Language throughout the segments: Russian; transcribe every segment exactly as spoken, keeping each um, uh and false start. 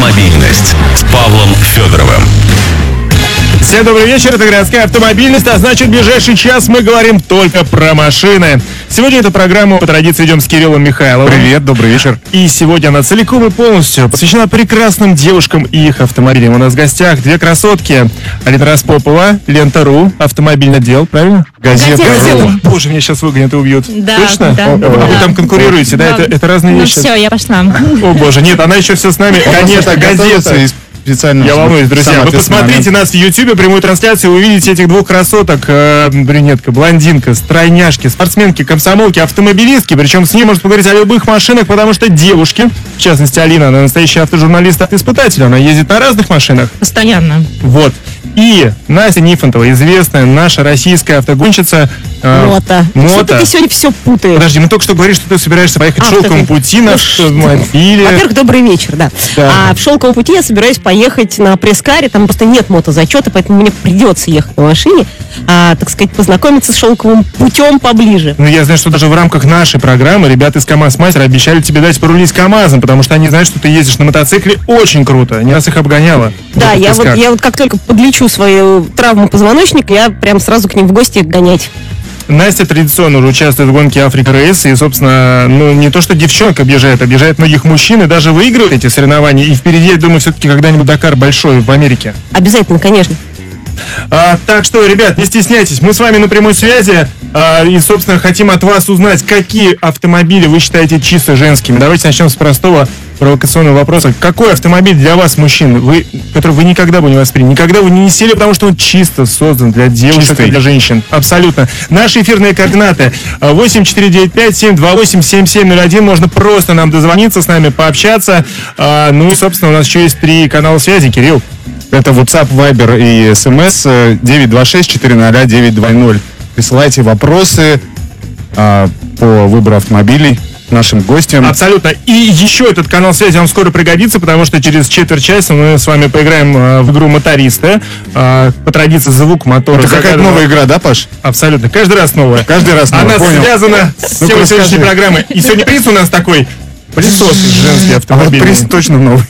Автомобильность с Павлом Федоровым. Всем добрый вечер, это городская автомобильность, а значит в ближайший час мы говорим только про машины. Сегодня эту программу по традиции ведем с Кириллом Михайловым. Привет, добрый вечер. И сегодня она целиком и полностью посвящена прекрасным девушкам и их автомобилям. У нас в гостях две красотки. Алина Распопова, Лента.ру, автомобильный отдел, правильно? Газета. Газета. Боже, меня сейчас выгонят и убьют. Да, точно? да, О, да. Вы там конкурируете, да? Да. Это, это разные Ну вещи. все, я пошла. О боже, нет, она еще все с нами. Конечно, газета. Специально. Я волнуюсь, друзья. Вы посмотрите нас в Ютубе, прямую трансляцию, вы увидите этих двух красоток. Э, брюнетка, блондинка, стройняшки, спортсменки, комсомолки, автомобилистки. Причем с ней можно поговорить о любых машинах, потому что девушки, в частности Алина, она настоящая автожурналист, автоиспытатель, она ездит на разных машинах. Постоянно. Вот. И Настя Нифонтова, известная наша российская автогонщица. Э, Мота. Мота. Что-то ты сегодня все путаешь. Подожди, мы только что говорили, что ты собираешься поехать А, шелковым что ты- пути на автомобиле. Во-первых, добрый вечер, да. Да. А в шелковом пути я собираюсь поехать на пресс-каре, там просто нет мотозачета, поэтому мне придется ехать на машине, а, так сказать, познакомиться с шелковым путем поближе. Ну, я знаю, что даже в рамках нашей программы ребята из КамАЗ-мастера обещали тебе дать порулить КамАЗом, потому что они знают, что ты ездишь на мотоцикле очень круто. Не раз их обгоняла. Да, Вот я это вот, как. я вот как только подлечу свою травму позвоночника, я прям сразу к ним в гости гонять. Настя традиционно уже участвует в гонке Африка Рейс, и, собственно, ну, не то, что девчонка объезжает, объезжает многих мужчин и даже выигрывает эти соревнования. И впереди, я думаю, все-таки когда-нибудь Дакар большой в Америке. Обязательно, конечно. А, так что, ребят, не стесняйтесь, мы с вами на прямой связи, а, и, собственно, хотим от вас узнать, какие автомобили вы считаете чисто женскими. Давайте начнем с простого провокационного вопроса. Какой автомобиль для вас, мужчин, вы, который вы никогда бы не восприняли, никогда бы не сели, потому что он чисто создан для девушек Чистый. и для женщин? Абсолютно. Наши эфирные координаты восемь четыре девять пять семь два восемь семь семь ноль один. Можно просто нам дозвониться, с нами пообщаться. А, ну и, собственно, у нас еще есть три канала связи. Кирилл. Это WhatsApp, Viber и эс эм эс девять два шесть четыре ноль девять два ноль. Присылайте вопросы а, по выбору автомобилей нашим гостям. Абсолютно. И еще этот канал связи вам скоро пригодится, потому что через четверть часа мы с вами поиграем э, в игру «Мотористы». Э, по традиции звук мотора. Это какая-то загадывал- новая игра, да, Паш? Абсолютно. Каждый раз новая. Каждый раз новая, Она понял. связана с Ну-ка, темой сегодняшней расскажи. программы. И сегодня приз у нас такой. Пылесос женский А вот автомобиль. приз точно новый.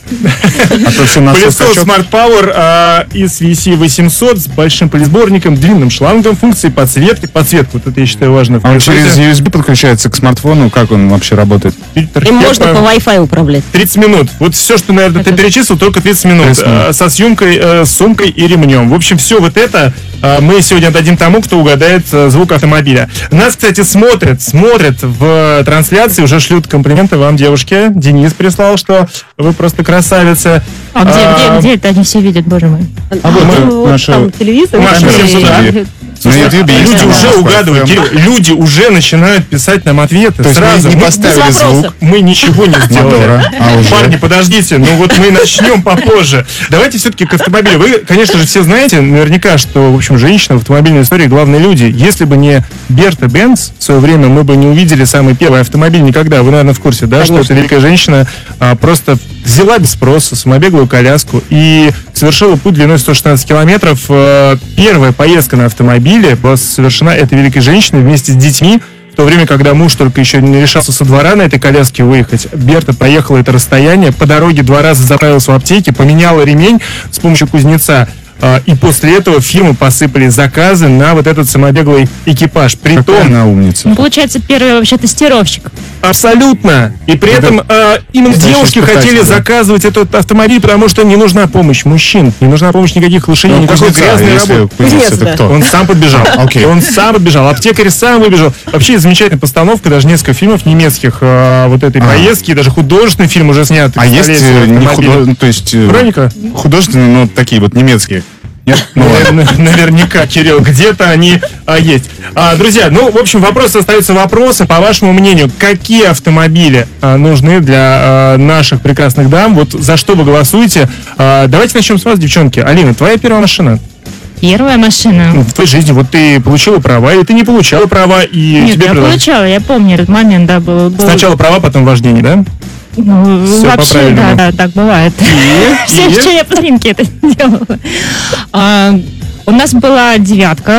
А то все на Пылесос скачок. Smart Power а, из ви си восемьсот с большим пылесборником, длинным шлангом, функцией подсветки. Подсветку, вот это я считаю важно. А он включить. через ю эс би подключается к смартфону, как он вообще работает? Фильтр Им можно HEPA. по Wi-Fi управлять. тридцать минут. Вот все, что, наверное, ты перечислил, только тридцать минут. тридцать минут. А, со съемкой, э, с сумкой и ремнем. В общем, все вот это а, мы сегодня дадим тому, кто угадает а, звук автомобиля. Нас, кстати, смотрят, смотрят в трансляции, уже шлют комплименты вам, девушки. Денис прислал, что вы просто красавица. А где, А, где, где это они все видят, боже мой? А вот Ну, вот наша- там телевизор. Маша, и- всем сюда. На Ютубе есть Люди канал уже Sport угадывают, эф эм. Кирилл, люди уже начинают писать нам ответы. То есть сразу. мы не Мы- поставили без вопросов. звук. Мы ничего не сделали. Мотора, а уже. Парни, подождите, ну вот мы начнем попозже. Давайте все-таки к автомобилю. Вы, конечно же, все знаете наверняка, что, в общем, женщины в автомобильной истории главные люди. Если бы не Берта Бенц в свое время, мы бы не увидели самый первый автомобиль никогда. Вы, наверное, в курсе, да, что эта великая женщина а, просто взяла без спроса самобеглую коляску и совершила путь длиной сто шестнадцать километров. А, Первая поездка на автомобиле была совершена этой великой женщиной вместе с детьми. В то время, когда муж только еще не решался со двора на этой коляске выехать, Берта проехала это расстояние, по дороге два раза заправилась в аптеке, поменяла ремень с помощью кузнеца. а, И после этого фирмы посыпали заказы на вот этот самобеглый экипаж. Какая Притом, она умница. Ну, получается, первый вообще тестировщик. абсолютно. И при Это- этом а, именно это девушки еще испытатель, хотели да. заказывать этот автомобиль, потому что не нужна помощь мужчин, не нужна помощь никаких лошадей, Ну, никакой кузнеца, грязной если работы. кузнец Кузнец, это да. кто? Он сам подбежал. Окей. Он сам подбежал. Аптекарь сам выбежал. Вообще замечательная постановка, даже несколько фильмов немецких а, вот этой А. поездки, даже художественный фильм уже снят. А есть э, не худо... то есть э, Хроника? художественные, но такие вот немецкие. Нет? Ну, ладно. Навер- Наверняка, Кирилл, где-то они а, есть. А, друзья, ну, в общем, вопрос остается вопросом. По вашему мнению, какие автомобили а, нужны для а, наших прекрасных дам? Вот за что вы голосуете? А, давайте начнем с вас, девчонки. Алина, твоя первая машина Первая машина. в твоей жизни. Вот ты получила права, или ты не получала права, и Нет, тебе я предложили. получала, я помню этот момент, да, был. был- Сначала права, потом вождение, да? Ну, Всё вообще, по-правильному. да, да, так бывает. Все, И? что я по рынке это делала. А, У нас была девятка,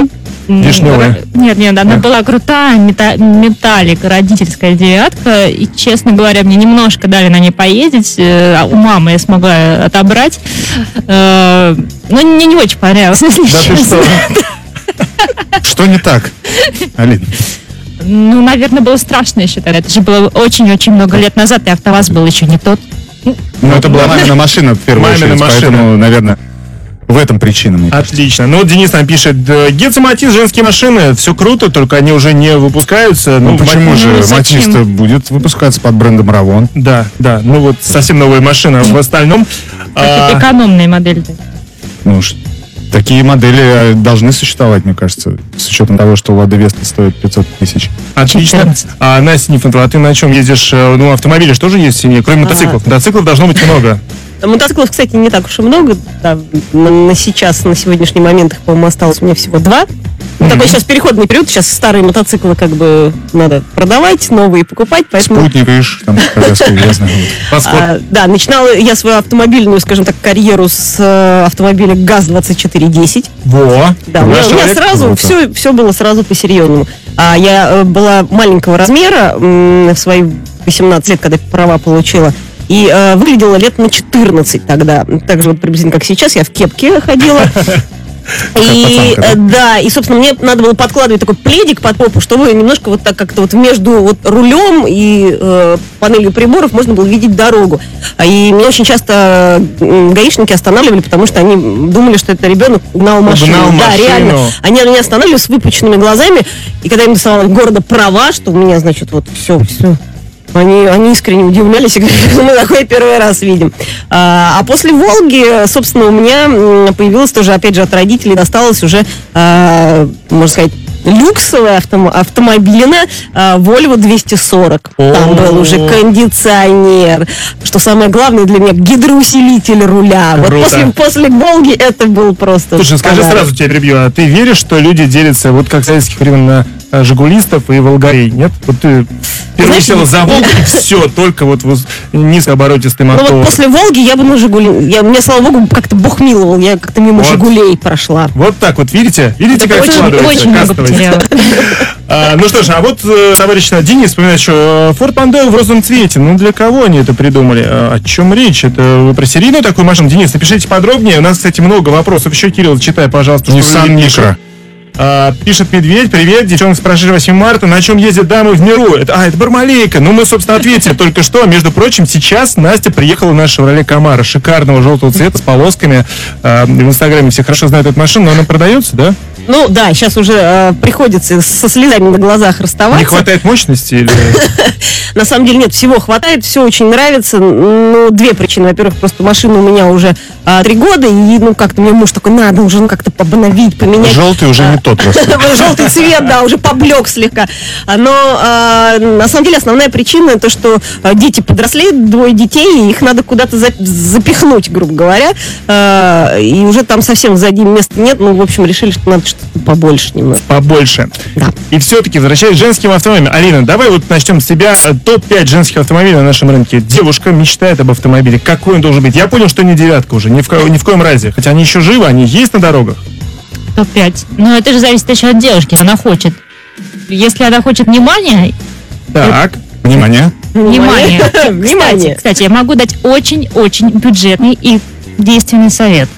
м, Вишневая. р- Нет, нет, она была крутая, мета- металлик, родительская девятка. И, честно говоря, мне немножко дали на ней поездить. э, а У мамы я смогла отобрать. Э, Ну, мне не очень понравилось, если Да ты честно. Что? Что не так, Алина? Ну, наверное, было страшно еще тогда. Это же было очень-очень много лет назад, и АвтоВАЗ был еще не тот. Ну, это была мамина машина в первую Мамина очередь, машина. поэтому, наверное, в этом причина. мне кажется. Отлично. Ну, вот Денис нам пишет, Гетца Матис, женские машины, все круто, только они уже не выпускаются. Ну, почему Мат- же? ну, зачем? Матиста будет выпускаться под брендом Равон. Да, да. Ну, вот совсем новая машина в остальном. Это А, экономные модели. Ну, ш- такие модели э, должны существовать, мне кажется, с учетом того, что Лада Веста стоит пятьсот тысяч. Отлично. четырнадцать. А, Настя Нифонтова, а ты на чем ездишь? Э, Ну, автомобили что же есть в семье, кроме мотоциклов? Мотоциклов должно быть много. Мотоциклов, кстати, не так уж и много. Да, на, на сейчас, на сегодняшний момент их, по-моему, осталось у меня всего два. Ну, такой сейчас переходный период. Сейчас старые мотоциклы как бы надо продавать, новые покупать. Поэтому, Спутник, видишь, там коляска, я знаю. Восход. а, да, начинала я свою автомобильную, скажем так, карьеру с э, автомобиля ГАЗ двадцать четыре десять. Во! Да, у меня, Наш у меня человек. сразу Круто. все, все было сразу по-серьезному. А я э, была маленького размера м, в свои восемнадцать лет, когда права получила. И э, выглядела лет на четырнадцать тогда. Так же вот приблизительно как сейчас. Я в кепке ходила. И пацанка, э, да, и, собственно, мне надо было подкладывать такой пледик под попу, чтобы немножко вот так как-то вот между вот рулем и э, панелью приборов можно было видеть дорогу. А И меня очень часто м, гаишники останавливали, потому что они думали, что это ребенок угнал машину. Угнал Да, машину. реально. Они меня останавливали с выпученными глазами, и когда им доставала города права, что у меня, значит, вот все, все. Они, они искренне удивлялись и говорили, мы такое первый раз видим. А, а после Волги, собственно, у меня м, появилась тоже, опять же, от родителей досталась уже, а, можно сказать, люксовая автом- автомобильна а, Volvo двести сорок. Там был уже кондиционер. Что самое главное для меня, гидроусилитель руля. Вот Круто. после, после Волги это был просто Слушай, скажи подарок. сразу, тебя перебью, а ты веришь, что люди делятся, вот как в советских времен, на а, жигулистов и волгарей, нет? Вот ты первый Знаешь, села за Волгу, и все, только вот воз- низкооборотистый Ну мотор. вот после Волги я бы на Жигули... Я, мне, слава богу, как-то Бог миловал. Я как-то мимо Вот. Жигулей прошла. Вот так вот, видите? Видите, Это как очень, складывается? очень много Кастовость. потеряла. А, ну что ж, а вот э, товарищ Денис вспоминает, что Форд Мондео в розовом цвете. Ну для кого они это придумали? А, о чем речь? Это вы про серийную такую машину? Денис, напишите подробнее. У нас, кстати, много вопросов. Еще, Кирилл, читай, пожалуйста. что Nissan люди пишут. Micra. А, пишет Медведь, привет, девчонка спрашивает восьмого марта, на чем ездят дамы в миру? Это, а, это Бармалейка. Ну, мы, собственно, ответили только что. Между прочим, сейчас Настя приехала на Chevrolet Camaro, шикарного желтого цвета с полосками. А, в Инстаграме все хорошо знают эту машину, но она продается, да? Ну да, сейчас уже э, приходится со слезами на глазах расставаться. Не хватает мощности? Или... На самом деле нет, всего хватает, все очень нравится. Ну, две причины. Во-первых, просто машина у меня уже а, три года, и ну как-то мне муж такой, надо уже ну, как-то обновить, поменять. Желтый уже не тот просто. Желтый цвет, да, уже поблек слегка. А, Но а, на самом деле основная причина то, что а, дети подросли, двое детей, и их надо куда-то за- запихнуть, грубо говоря. А, И уже там совсем сзади места нет. Ну, в общем, решили, что надо что-то побольше немного. Побольше. Да. И все-таки, возвращаясь к женским автомобилям. Алина, давай вот начнем с тебя. топ пять женских автомобилей на нашем рынке. Девушка мечтает об автомобиле. Какой он должен быть? Я понял, что не девятка уже, ни в, ко- ни в коем разе. Хотя они еще живы, они есть на дорогах. топ пять. Но это же зависит еще от девушки, она хочет. Если она хочет внимания, Так. Внимание. внимание. Внимание. Кстати, кстати, я могу дать очень-очень бюджетный и действенный совет.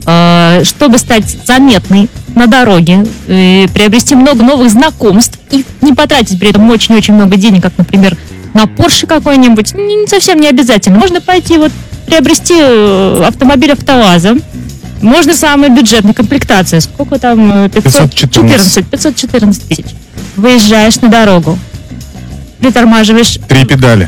Э, Чтобы стать заметной на дороге, э, приобрести много новых знакомств и не потратить при этом очень-очень много денег, как, например, на Porsche какой-нибудь, не- совсем не обязательно. Можно пойти вот приобрести э, автомобиль АвтоВАЗа. Можно самой бюджетной комплектации. Сколько там? э, пятьсот четырнадцать. пятьсот четырнадцать тысяч. Выезжаешь на дорогу, притормаживаешь. Три педали.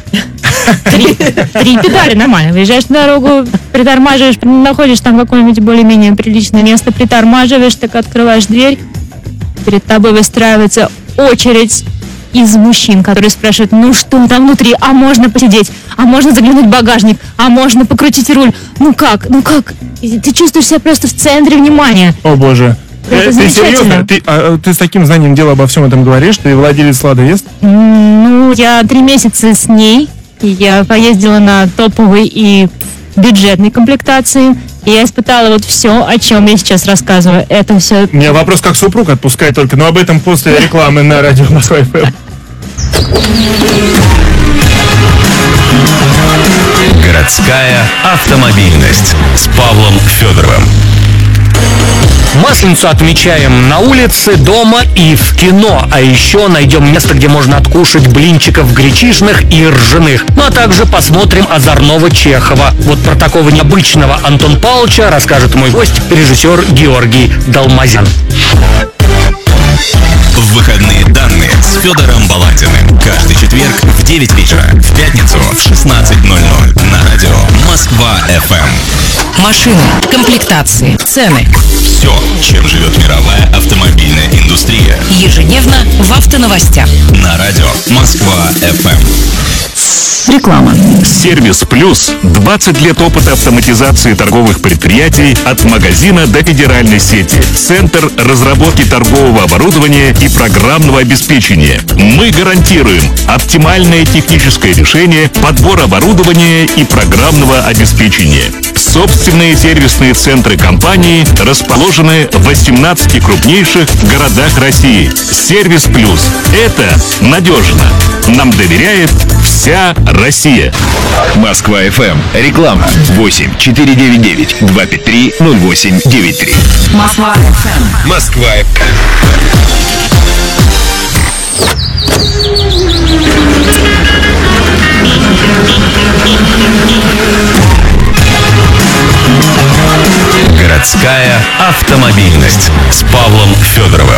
Три, три педали, нормально. Выезжаешь на дорогу, притормаживаешь, находишь там какое-нибудь более-менее приличное место, притормаживаешь, так открываешь дверь, перед тобой выстраивается очередь из мужчин, которые спрашивают, ну что там внутри, а можно посидеть, а можно заглянуть в багажник, а можно покрутить руль, ну как, ну как? И ты чувствуешь себя просто в центре внимания. О боже. Это Э, ты замечательно. серьезно? Ты, а, ты с таким знанием дела обо всем этом говоришь? Ты владелец Лада Вест? М, Ну, я три месяца с ней, и я поездила на топовый и бюджетной комплектации. И я испытала вот все, о чем я сейчас рассказываю. Это все... У меня вопрос, как супруг отпускать только, но об этом после рекламы на радио Москва эф эм. Городская автомобильность с Павлом Федоровым. Масленицу отмечаем на улице, дома и в кино. А еще найдем место, где можно откушать блинчиков гречишных и ржаных. Ну а также посмотрим озорного Чехова. Вот про такого необычного Антон Павловича расскажет мой гость, режиссер Георгий Далмазян. В выходные данные с Федором Баландиным. Каждый четверг в девять вечера. В пятницу в шестнадцать ноль ноль. На радио Москва эф эм. Машины, комплектации, цены. Все, чем живет мировая автомобильная индустрия. Ежедневно в автоновостях. На радио Москва эф эм. Реклама. Сервис Плюс. двадцать лет опыта автоматизации торговых предприятий от магазина до федеральной сети. Центр разработки торгового оборудования и программного обеспечения. Мы гарантируем оптимальное техническое решение, подбор оборудования и программного обеспечения. Собственные сервисные центры компании расположены в восемнадцати крупнейших городах России. Сервис Плюс. Это надежно. Нам доверяет вся Россия. Москва эф эм. Реклама. восемь четыре девять девять два пять три ноль восемь девять три. Москва эф эм. Москва эф эм. Городская автомобильность с Павлом Федоровым.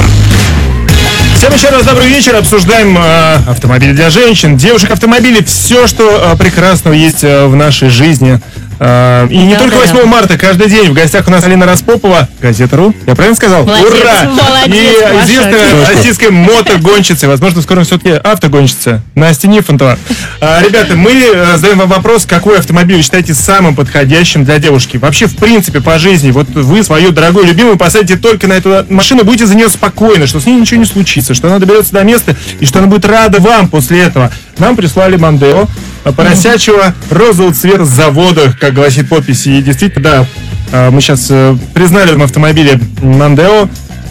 Всем еще раз добрый вечер. Обсуждаем э, автомобили для женщин, девушек, автомобили, все, что э, прекрасного есть э, в нашей жизни. Э, и не Да, только да, восьмого марта, каждый день. В гостях у нас Алина Распопова, Газета.ру. Я правильно сказал? Молодец, Ура! молодец, И Маша. известная российская мотогонщица, возможно, скоро все-таки автогонщица, Настя Нифонтова. Э, ребята, мы э, задаем вам вопрос, какой автомобиль вы считаете самым подходящим для девушки? Вообще, в принципе, по жизни. Вот вы свою дорогую любимую посадите только на эту машину, будете за нее спокойны, что с ней ничего не случится, что она доберется до места и что она будет рада вам после этого. Нам прислали Мондео поросячего розового цвета с завода, как гласит подпись. И действительно, да, мы сейчас признали в этом автомобиле Мондео.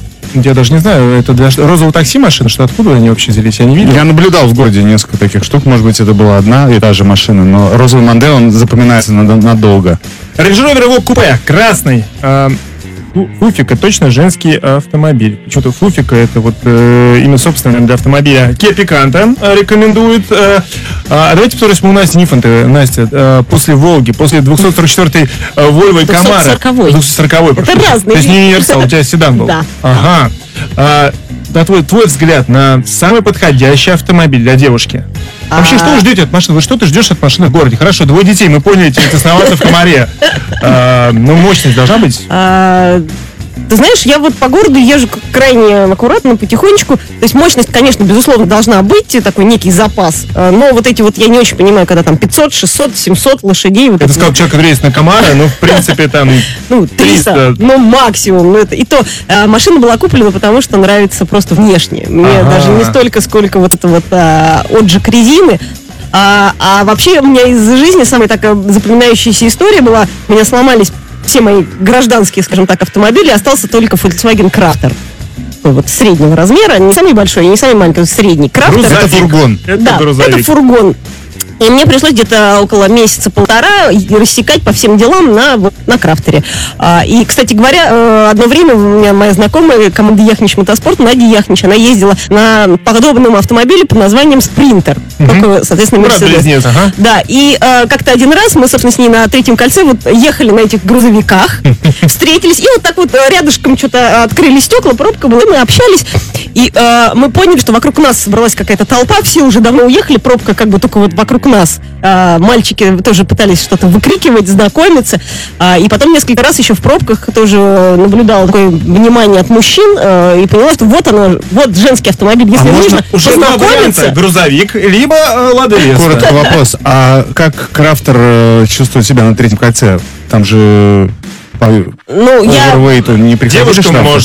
Я даже не знаю, это для розового такси машина, что откуда они вообще взялись, я не видел. Я наблюдал в городе несколько таких штук. Может быть, это была одна и та же машина, но розовый Мондео, он запоминается над- надолго. Range Rover Evoque купе, красный. э, Фу- Фуфика, точно женский автомобиль. Почему-то Фуфика это вот э, имя собственное для автомобиля. Kia Picanto э, рекомендует. Э, а давайте посмотрим у Насти Нифонтовой. Настя, э, после Волги, после двухсот сорок четвёртой э, Volvo и Camaro. двухсот сороковой. двухсот сороковой, Это прошу. разные То есть не вещи. универсал, у тебя седан был. Да. Ага. А, на твой, твой взгляд на самый подходящий автомобиль для девушки. Вообще, А. что вы ждете от машины? Вот что ты ждешь от машины в городе? Хорошо, двое детей, мы поняли, тебе тесновато в комаре. А, ну, мощность должна быть. А, Ты знаешь, я вот по городу езжу к- крайне аккуратно, потихонечку. То есть мощность, конечно, безусловно, должна быть, такой некий запас. А, Но вот эти вот, я не очень понимаю, когда там пятьсот, шестьсот, семьсот лошадей. Вот Это это сказал вот, человек, который есть на Камаро, ну, в принципе, там... ну, триста, триста. ну, максимум. Ну, это, и то, а, машина была куплена, потому что нравится просто внешне. Мне Ага. даже не столько, сколько вот это вот а, отжиг резины. А, а вообще у меня из жизни самая такая запоминающаяся история была. У меня сломались все мои гражданские, скажем так, автомобили, остался только Volkswagen Crafter. Такой вот среднего размера, не самый большой, не самый маленький, средний. Crafter. Грузовик. Это фургон. Это Да, грузовик. это фургон. И мне пришлось где-то около месяца-полтора рассекать по всем делам на, вот, на крафтере. А, и, кстати говоря, э, одно время у меня моя знакомая, команда Яхнич Мотоспорт, Надя Яхнич, она ездила на подобном автомобиле под названием Спринтер. Только, соответственно, Мерседес. Брат-близнец, ага. Да, и э, как-то один раз мы, собственно, с ней на третьем кольце вот ехали на этих грузовиках, встретились, и вот так вот э, рядышком что-то открыли стекла, пробка была, и мы общались. И э, мы поняли, что вокруг нас собралась какая-то толпа, все уже давно уехали, пробка как бы только вот вокруг нас. Э, мальчики тоже пытались что-то выкрикивать, знакомиться. А, и потом несколько раз еще в пробках тоже наблюдала такое внимание от мужчин э, и поняла, что вот оно, вот женский автомобиль, если А можно нужно Уже два варианта. познакомиться. Грузовик, либо э, Лада Веста. Коротко вопрос. А как Крафтер э, чувствует себя на третьем кольце? Там же по Ну, я... овервейту не приходили Девушкам штрафы? можно.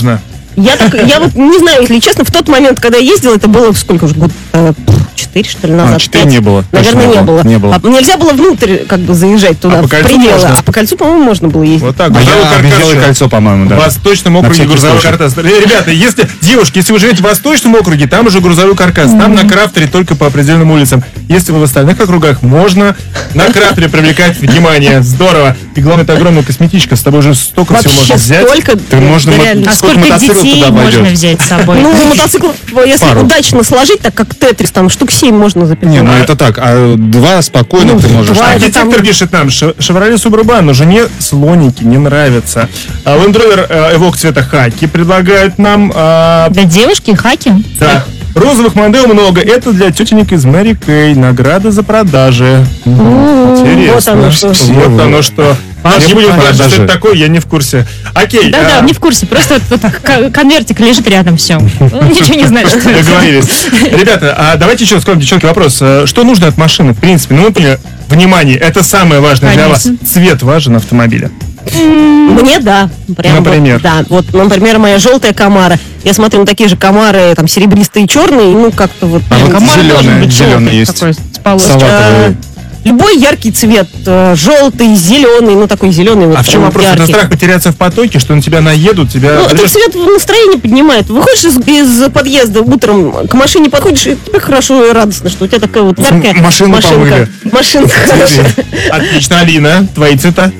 Я, так, я вот не знаю, если честно, в тот момент, когда я ездила, это было сколько уже, год э, четыре, что ли, назад? А, четыре пять? не было. Наверное, Точно не было. Не было. А, нельзя было внутрь как бы заезжать туда, А по в кольцу пределы. можно? А по кольцу, по-моему, можно было ездить. Вот так. А Грузовой я каркас объезжал еще. кольцо, по-моему, да. В Восточном округе всякий грузовой случай. каркас. Ребята, если, девушки, если вы живете в Восточном округе, там уже грузовой каркас. Там на крафтере только по определенным улицам. Если вы в остальных округах, можно на крафтере привлекать внимание. Здорово. И главное, это огромная косметичка. С тобой уже столько всего Вообще можно взять. столько, Ты можно мо- реально. А Сколько сколько мотоциклов детей туда можно пойдет? взять с собой? Ну, мотоцикл, если Пару. удачно сложить, так как тетрис, там штук семь можно запихнуть. Не, ну это так, а два спокойно Ну, ты можешь. два. Архитектор это там- пишет нам, «Ш- Chevrolet Suburban, но жене слоники не нравятся. А Land Rover э, Evoque цвета хаки предлагают нам. а, Для девушки хаки? Да. Розовых моделей много. Это для тетенек из Мэри Кей. Награда за продажи. Интересно. вот оно что. Вот оно что. А, не будем знать, что продажи. это такое, я не в курсе. Окей. Да-да, а, не в курсе. Просто вот тут к- конвертик лежит рядом, все. Ничего не знаешь, что это. Договорились. Ребята, а давайте еще скажем, девчонки, вопрос. Э, Что нужно от машины? В принципе, ну, мы поняли, внимание, это самое важное для вас. Конечно. Цвет важен автомобиля. Мне да. Прям Например? Вот, да. Вот, например, моя желтая Камара. Я смотрю на такие же Камары, там, серебристые и черные, ну, как-то вот... А вот Комар должен зеленый, быть зеленый желтый есть. такой, с полоской. Салатовый. Любой яркий цвет, э, желтый, зеленый, ну, такой зеленый. Вот А в чем прям вопрос? Это яркий. страх потеряться в потоке, что на тебя наедут, тебя... Ну, этот Подожди, цвет настроение поднимает. Выходишь из, из подъезда утром, к машине подходишь, и тебе хорошо и радостно, что у тебя такая вот яркая М- машину машинка. помыли. Машинка хорошая. Отлично, Алина, твои цвета?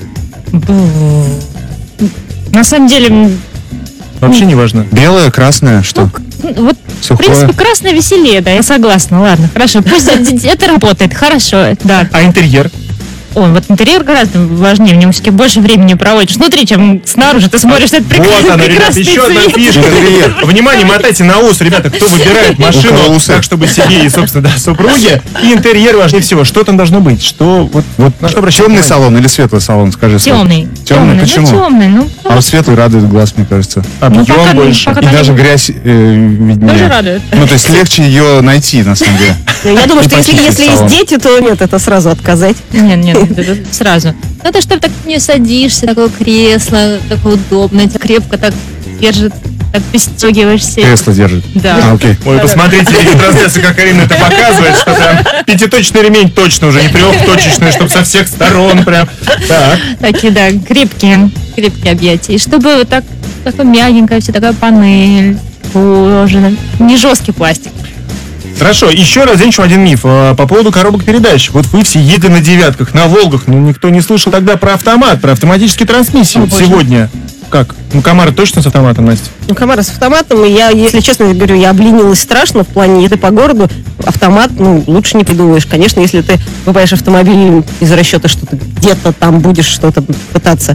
На самом деле, м, Вообще не важно. Белое, красное, что? ну, вот, в Сухое. принципе, красное веселее, да, я согласна. Ладно, хорошо, пусть это это работает, хорошо, да. А интерьер? Ой, вот интерьер гораздо важнее, в нем все-таки больше времени проводишь внутри, чем снаружи. Ты смотришь, это прекрасный, Вот она, ребята, прекрасный еще одна цвет. фишка. Внимание, мотайте на ус, ребята, кто выбирает У машину кого усы? так, чтобы себе и, собственно, да, супруге. И интерьер важнее всего. Что там должно быть? Что, вот, вот на что обращать Темный внимание? салон или светлый салон, скажи. Свет. Темный. Темный, почему? Ну, темный, ну, А вот светлый радует глаз, мне кажется. Объем ну, пока- больше. пока И там даже не- грязь э, виднее. Тоже радует. Ну, то есть легче ее найти, на самом деле. Я думаю, И что если, почистить если есть салон. дети, то нет, это сразу отказать. Нет, нет, нет, это сразу. Надо, чтобы так не садишься, такое кресло, такое удобное, тебя крепко так держит, так пристегиваешься. Кресло держит. Да. А, окей. Ой, посмотрите, видеотрансляцию, как Арина это показывает, что там пятиточный ремень точно уже, не трехточечный, чтобы со всех сторон прям. Так. Такие, да, крепкие, крепкие объятия. И чтобы вот так, такое мягенькое, все такая панель, кожаная, не жесткий пластик. Хорошо, еще развенчиваем один миф э, по поводу коробок передач. Вот вы все едете на девятках, на Волгах, но никто не слышал тогда про автомат, про автоматические трансмиссии. О, Вот боже. сегодня. Как? Ну, Камара точно с автоматом, Настя? Ну, Камара с автоматом, и я, если честно говорю, я обленилась страшно в плане езды по городу. Автомат, ну, лучше не придумаешь. Конечно, если ты покупаешь автомобиль из расчета, что ты где-то там будешь что-то пытаться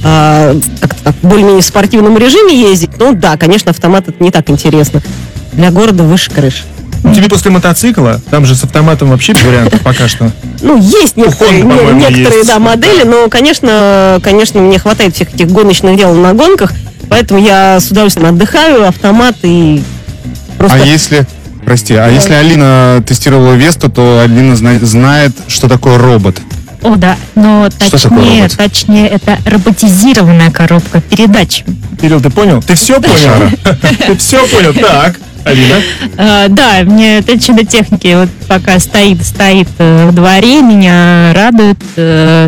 а, как-то так более-менее в спортивном режиме ездить, ну да, конечно, автомат это не так интересно. Для города выше крыш. Ну, тебе после мотоцикла, там же с автоматом вообще без вариантов пока что. Ну, есть некоторые, Honda, по-моему, не- некоторые есть. да, модели, но, конечно, конечно, мне хватает всех этих гоночных дел на гонках, поэтому я с удовольствием отдыхаю, автомат и просто... А если, прости, а если Алина тестировала Весту, то Алина зна- знает, что такое робот. О, да, но Что такое точнее, робот? точнее, это роботизированная коробка передач. Кирилл, ты понял? Ты все понял? Ты все понял? Так, Алина. А, да, мне это чудо техники вот пока стоит, стоит э, в дворе, меня радует. э.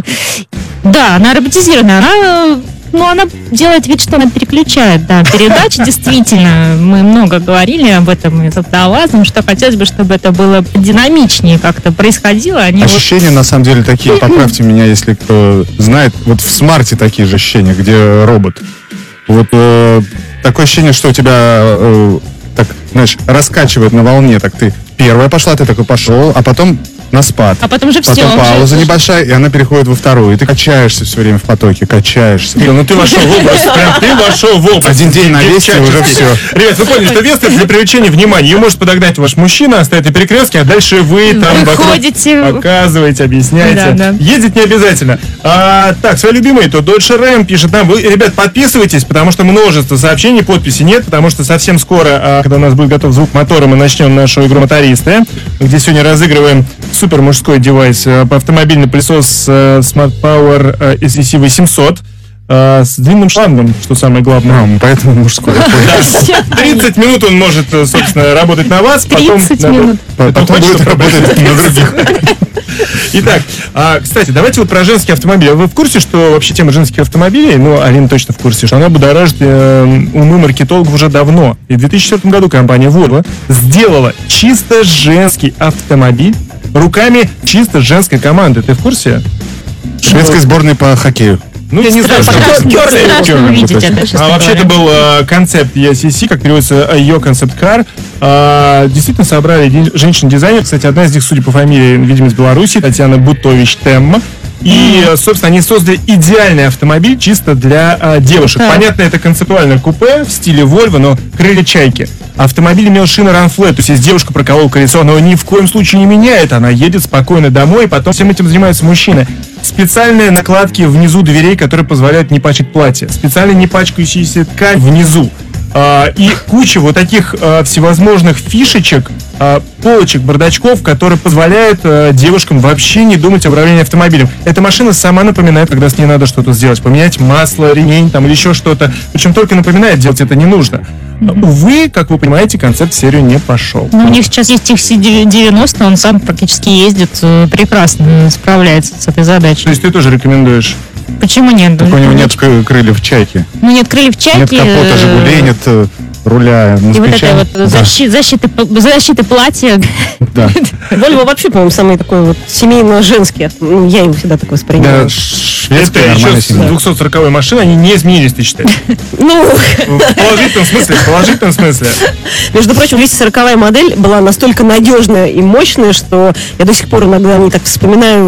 Да, она роботизированная, она, ну, она делает вид, что она переключает, да, передачи, действительно, мы много говорили об этом и с автовазом, что хотелось бы, чтобы это было динамичнее как-то происходило, они вот Ощущения на самом деле такие, поправьте меня, если кто знает, вот в смарте такие же ощущения, где робот. Вот э, такое ощущение, что у тебя э, так, знаешь, раскачивает на волне, так ты первая пошла, ты такой пошел, а потом на спад. А потом уже Потом все. пауза небольшая, и она переходит во вторую. И ты качаешься все время в потоке, качаешься. Кирилл, ну ты вошел в область, прям ты вошел в область. Один день на Весте, уже все. Ребят, вы поняли, что Веста для привлечения внимания. Ее может подогнать ваш мужчина, оставить на перекрестке, а дальше вы там Вы вокруг ходите. показываете, объясняете. Да, да. Ездить не обязательно. А, так, свои любимые, то Dodge Ram пишет нам. Вы, ребят, подписывайтесь, потому что множество сообщений, подписей нет, потому что совсем скоро, а, когда у нас будет готов звук мотора, мы начнем нашу игру «Мотористы», где сегодня разыгрываем супер мужской девайс, а, автомобильный пылесос а, Smart Power а, эс и си восемьсот. а, с длинным шлангом, что самое главное. А, поэтому мужской. Да. тридцать минут он может, собственно, работать на вас, потом... тридцать надо- минут. Потом хочет, будет чтобы работать на других. Итак, а, кстати, давайте вот про женские автомобили. Вы в курсе, что вообще тема женских автомобилей, ну, Алина точно в курсе, что она будоражит э, умы маркетологов уже давно. И в две тысячи четвёртом году компания Volvo сделала чисто женский автомобиль руками чисто женской команды. Ты в курсе? Шведской сборной по хоккею. Ну, я не знаю, что это. Страшно Чёрным увидеть точно. это, честно А вообще это говоря. был э, концепт и си си, как переводится ее концепт-кар. А, действительно собрали ди- женщин-дизайнер. Кстати, одна из них, судя по фамилии, видимо, из Беларуси, Татьяна Бутович-Темма. И, э, собственно, они создали идеальный автомобиль чисто для э, девушек. Так. Понятно, это концептуальное купе в стиле Volvo, но крылья чайки. Автомобиль имел шины Run-Flat, то есть если девушка проколола колесо, но ни в коем случае не меняет, она едет спокойно домой, и потом всем этим занимается мужчина. Специальные накладки внизу дверей, которые позволяют не пачкать платье. Специально не пачкающаяся ткань внизу. А, и куча вот таких а, всевозможных фишечек, а, полочек, бардачков, которые позволяют а, девушкам вообще не думать о управлении автомобилем. Эта машина сама напоминает, когда с ней надо что-то сделать. Поменять масло, ремень там, или еще что-то. Причем только напоминает, делать это не нужно. Увы, как вы понимаете, концепт в серию не пошел. Ну, у них сейчас есть икс си девяносто, он сам практически ездит, э, прекрасно справляется с этой То задачей. есть ты тоже рекомендуешь? Почему нет? Так у него нет кры- крыльев чайки. Ну, нет крыльев чайки. Нет капота э, Жигулей, нет э, руля И вот москвича. это вот Да, защи- защиты, п- защиты платья. да. Volvo вообще, по-моему, самый такой вот семейно-женский. авто- ну, Я его всегда такой воспринимаю. Да, шведская Это еще нормальная с семья. двухсот сороковой машины, они не изменились, ты считаешь? Ну, В положительном смысле, в положительном смысле. между прочим, двести сороковая модель была настолько надежная и мощная, что я до сих пор иногда не так вспоминаю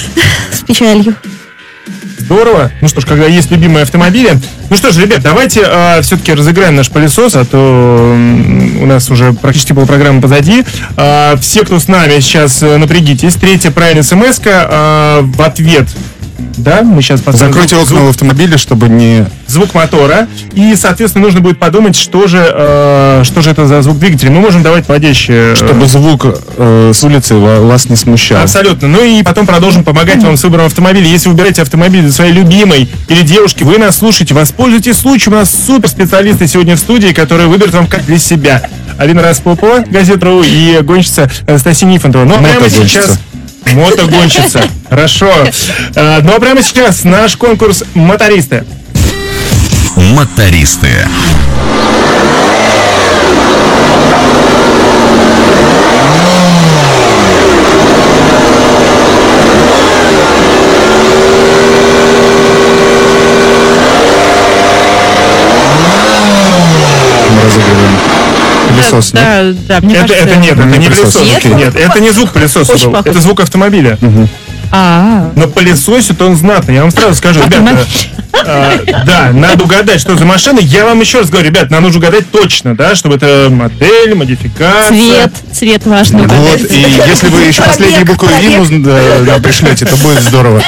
с печалью. Здорово. Ну что ж, когда есть любимые автомобили. Ну что ж, ребят, давайте э, все-таки разыграем наш пылесос, а то м, у нас уже практически полпрограммы позади. Э, все, кто с нами, сейчас э, напрягитесь. Третья правильная смс-ка э, в ответ. Да, мы сейчас поставим Закройте звук, окна в автомобиле, чтобы не... звук мотора. И, соответственно, нужно будет подумать, что же, э, что же это за звук двигателя. Мы можем давать вводящие... э, Чтобы звук э, с улицы ва- вас не смущал. Абсолютно. Ну и потом продолжим помогать вам с выбором автомобиля. Если вы выбираете автомобиль для своей любимой или девушки, вы нас слушаете, воспользуйтесь случаем. У нас супер специалисты сегодня в студии, которые выберут вам как для себя. Алина Распопова, Газета.ру, и гонщица Анастасия Нифонтова. Ну а прямо Мотогонщица. сейчас... Мотогонщица. Хорошо. Э, Ну а прямо сейчас наш конкурс «Мотористы». Мотористы. Мы разыгрываем. Пылесос, нет? Да, да, мне Это, кажется... это нет, это не Не пылесос. пылесос, окей. Нет, это не звук пылесоса Очень был. похож. Это звук автомобиля. А, Но пылесосит он знатно. Я вам сразу скажу, ребята, а, да, надо угадать, что за машина. Я вам еще раз говорю, ребят, нам нужно угадать точно, да, чтобы это модель, модификация. цвет, цвет важно Вот, угадать. и если вы еще последние буквы ИМУ да, да, пришлете, то будет здорово.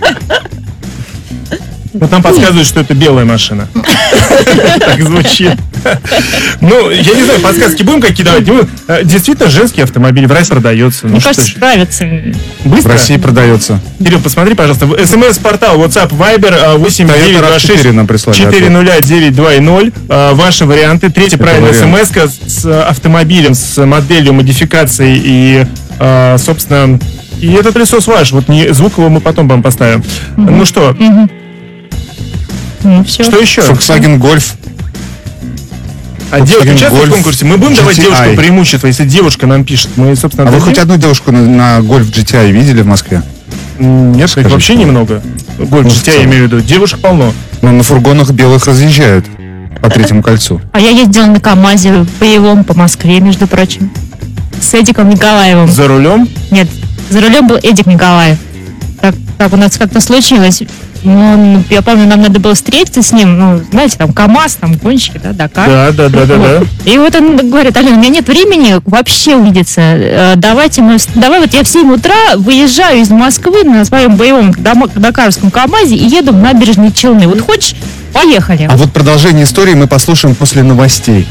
Вот нам подсказывают, что это белая машина. Так звучит. Ну, я не знаю, подсказки будем какие давать? Не будем? Э, Действительно, женский автомобиль в России продается. Ну Мне что кажется, ж, нравится. В быстро? России продается. Кирилл, посмотри, пожалуйста, в смс-портал WhatsApp Viber восемь девять два шесть четыре нам прислали четыре ноль девять два ноль. А, Ваши варианты. Третья Это правильная вариант. смс с автомобилем, с моделью, модификацией и, а, собственно, и этот пылесос ваш. Вот не, звук его мы потом вам поставим. Ну что, Ну, все. что еще? Volkswagen Golf. А девушки Volkswagen участвуют в Golf конкурсе? Мы будем давать джи ти ай. девушкам преимущество, если девушка нам пишет. Мы, собственно, А вы дадим? хоть одну девушку на, на Golf джи ти ай видели в Москве? М, Нет, Скажите. вообще немного. Гольф Ну, в джи ти ай, я целом. имею в виду. Девушек полно. Ну, на фургонах белых разъезжают по третьему кольцу. А я ездила на КамАЗе боевом по Москве, между прочим. С Эдиком Николаевым. За рулем. Нет, за рулем был Эдик Николаев. Так, так у нас как-то случилось. Ну, он- я помню, нам надо было встретиться с ним. Ну, знаете, там КамАЗ, там гонщики, да, Дакар. Да, да, да, да, да. Вот. И вот он говорит: Алена, у меня нет времени вообще увидеться. Э, Давайте мы, вс- давай вот я в семь утра выезжаю из Москвы на своем боевом дома- дакарском КамАЗе и еду в набережные Челны. Вот хочешь? Поехали. А вот продолжение истории мы послушаем после новостей.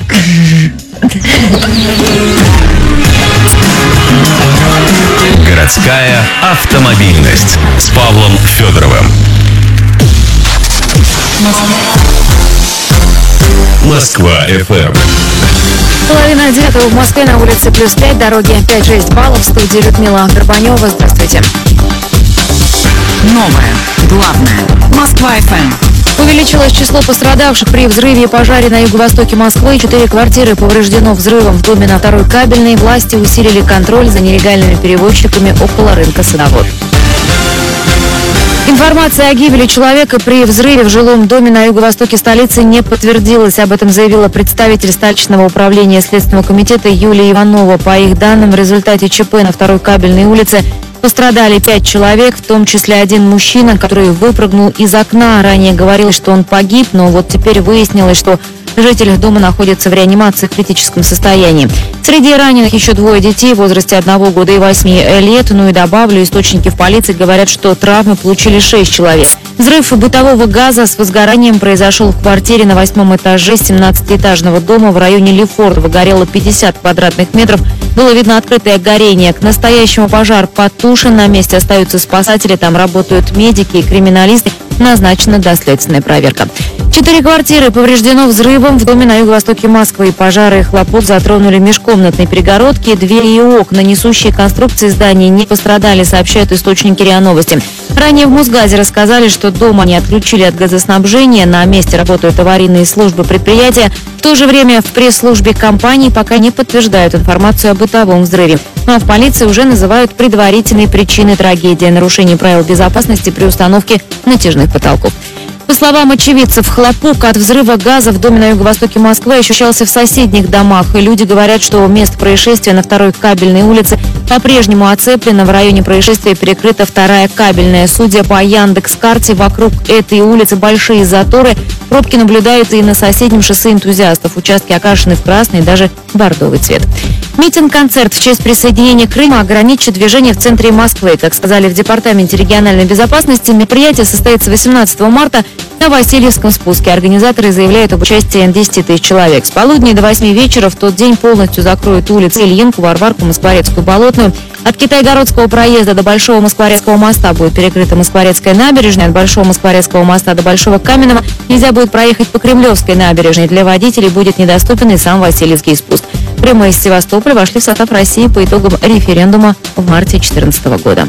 Городская автомобильность с Павлом Федоровым. Москва эф эм. Половина девятого в Москве, на улице плюс пять, дороги пять-шесть баллов. В студии Людмила Горбанева. Здравствуйте. Новое, главное. Москва эф эм. Увеличилось число пострадавших при взрыве и пожаре на юго-востоке Москвы. Четыре квартиры повреждено взрывом в доме на второй Кабельной. Власти усилили контроль за нелегальными перевозчиками около рынка Садовод. Информация о гибели человека при взрыве в жилом доме на юго-востоке столицы не подтвердилась. Об этом заявила представитель столичного управления Следственного комитета Юлия Иванова. По их данным, в результате ЧП на второй Кабельной улице пострадали пять человек, в том числе один мужчина, который выпрыгнул из окна. Ранее говорилось, что он погиб, но вот теперь выяснилось, что житель дома находится в реанимации в критическом состоянии. Среди раненых еще двое детей в возрасте одного года и восьми лет. Ну и добавлю, источники в полиции говорят, что травмы получили шесть человек. Взрыв бытового газа с возгоранием произошел в квартире на восьмом этаже семнадцатиэтажного дома в районе Лефортово. Горело пятьдесят квадратных метров. Было видно открытое горение. К настоящему пожар потушен. На месте остаются спасатели. Там работают медики и криминалисты. Назначена доследственная проверка. Четыре квартиры повреждено взрывом в доме на юго-востоке Москвы. Пожары и хлопок затронули межкомнатные перегородки, двери и окна. Несущие конструкции зданий не пострадали, сообщают источники РИА Новости. Ранее в Мосгазе рассказали, что дом они отключили от газоснабжения. На месте работают аварийные службы предприятия. В то же время в пресс-службе компании пока не подтверждают информацию о бытовом взрыве. Ну а в полиции уже называют предварительные причины трагедии: нарушение правил безопасности при установке натяжных потолков. По словам очевидцев, хлопок от взрыва газа в доме на юго-востоке Москвы ощущался в соседних домах. И люди говорят, что место происшествия на второй Кабельной улице по-прежнему оцеплено. В районе происшествия перекрыта вторая Кабельная. Судя по Яндекс.Карте, вокруг этой улицы большие заторы. Пробки наблюдаются и на соседнем шоссе Энтузиастов. Участки окрашены в красный и даже бордовый цвет. Митинг-концерт в честь присоединения Крыма ограничит движение в центре Москвы. Как сказали в Департаменте региональной безопасности, мероприятие состоится восемнадцатого марта на Васильевском спуске. Организаторы заявляют об участии десять тысяч человек. С полудня до восьми вечера в тот день полностью закроют улицы Ильинку, Варварку, Москворецкую, Болотную. От Китайгородского проезда до Большого Москворецкого моста будет перекрыта Москворецкая набережная. От Большого Москворецкого моста до Большого Каменного нельзя будет проехать по Кремлевской набережной. Для водителей будет недоступен и сам Васильевский спуск. Крым и Севастополь вошли в состав России по итогам референдума в марте две тысячи четырнадцатого года.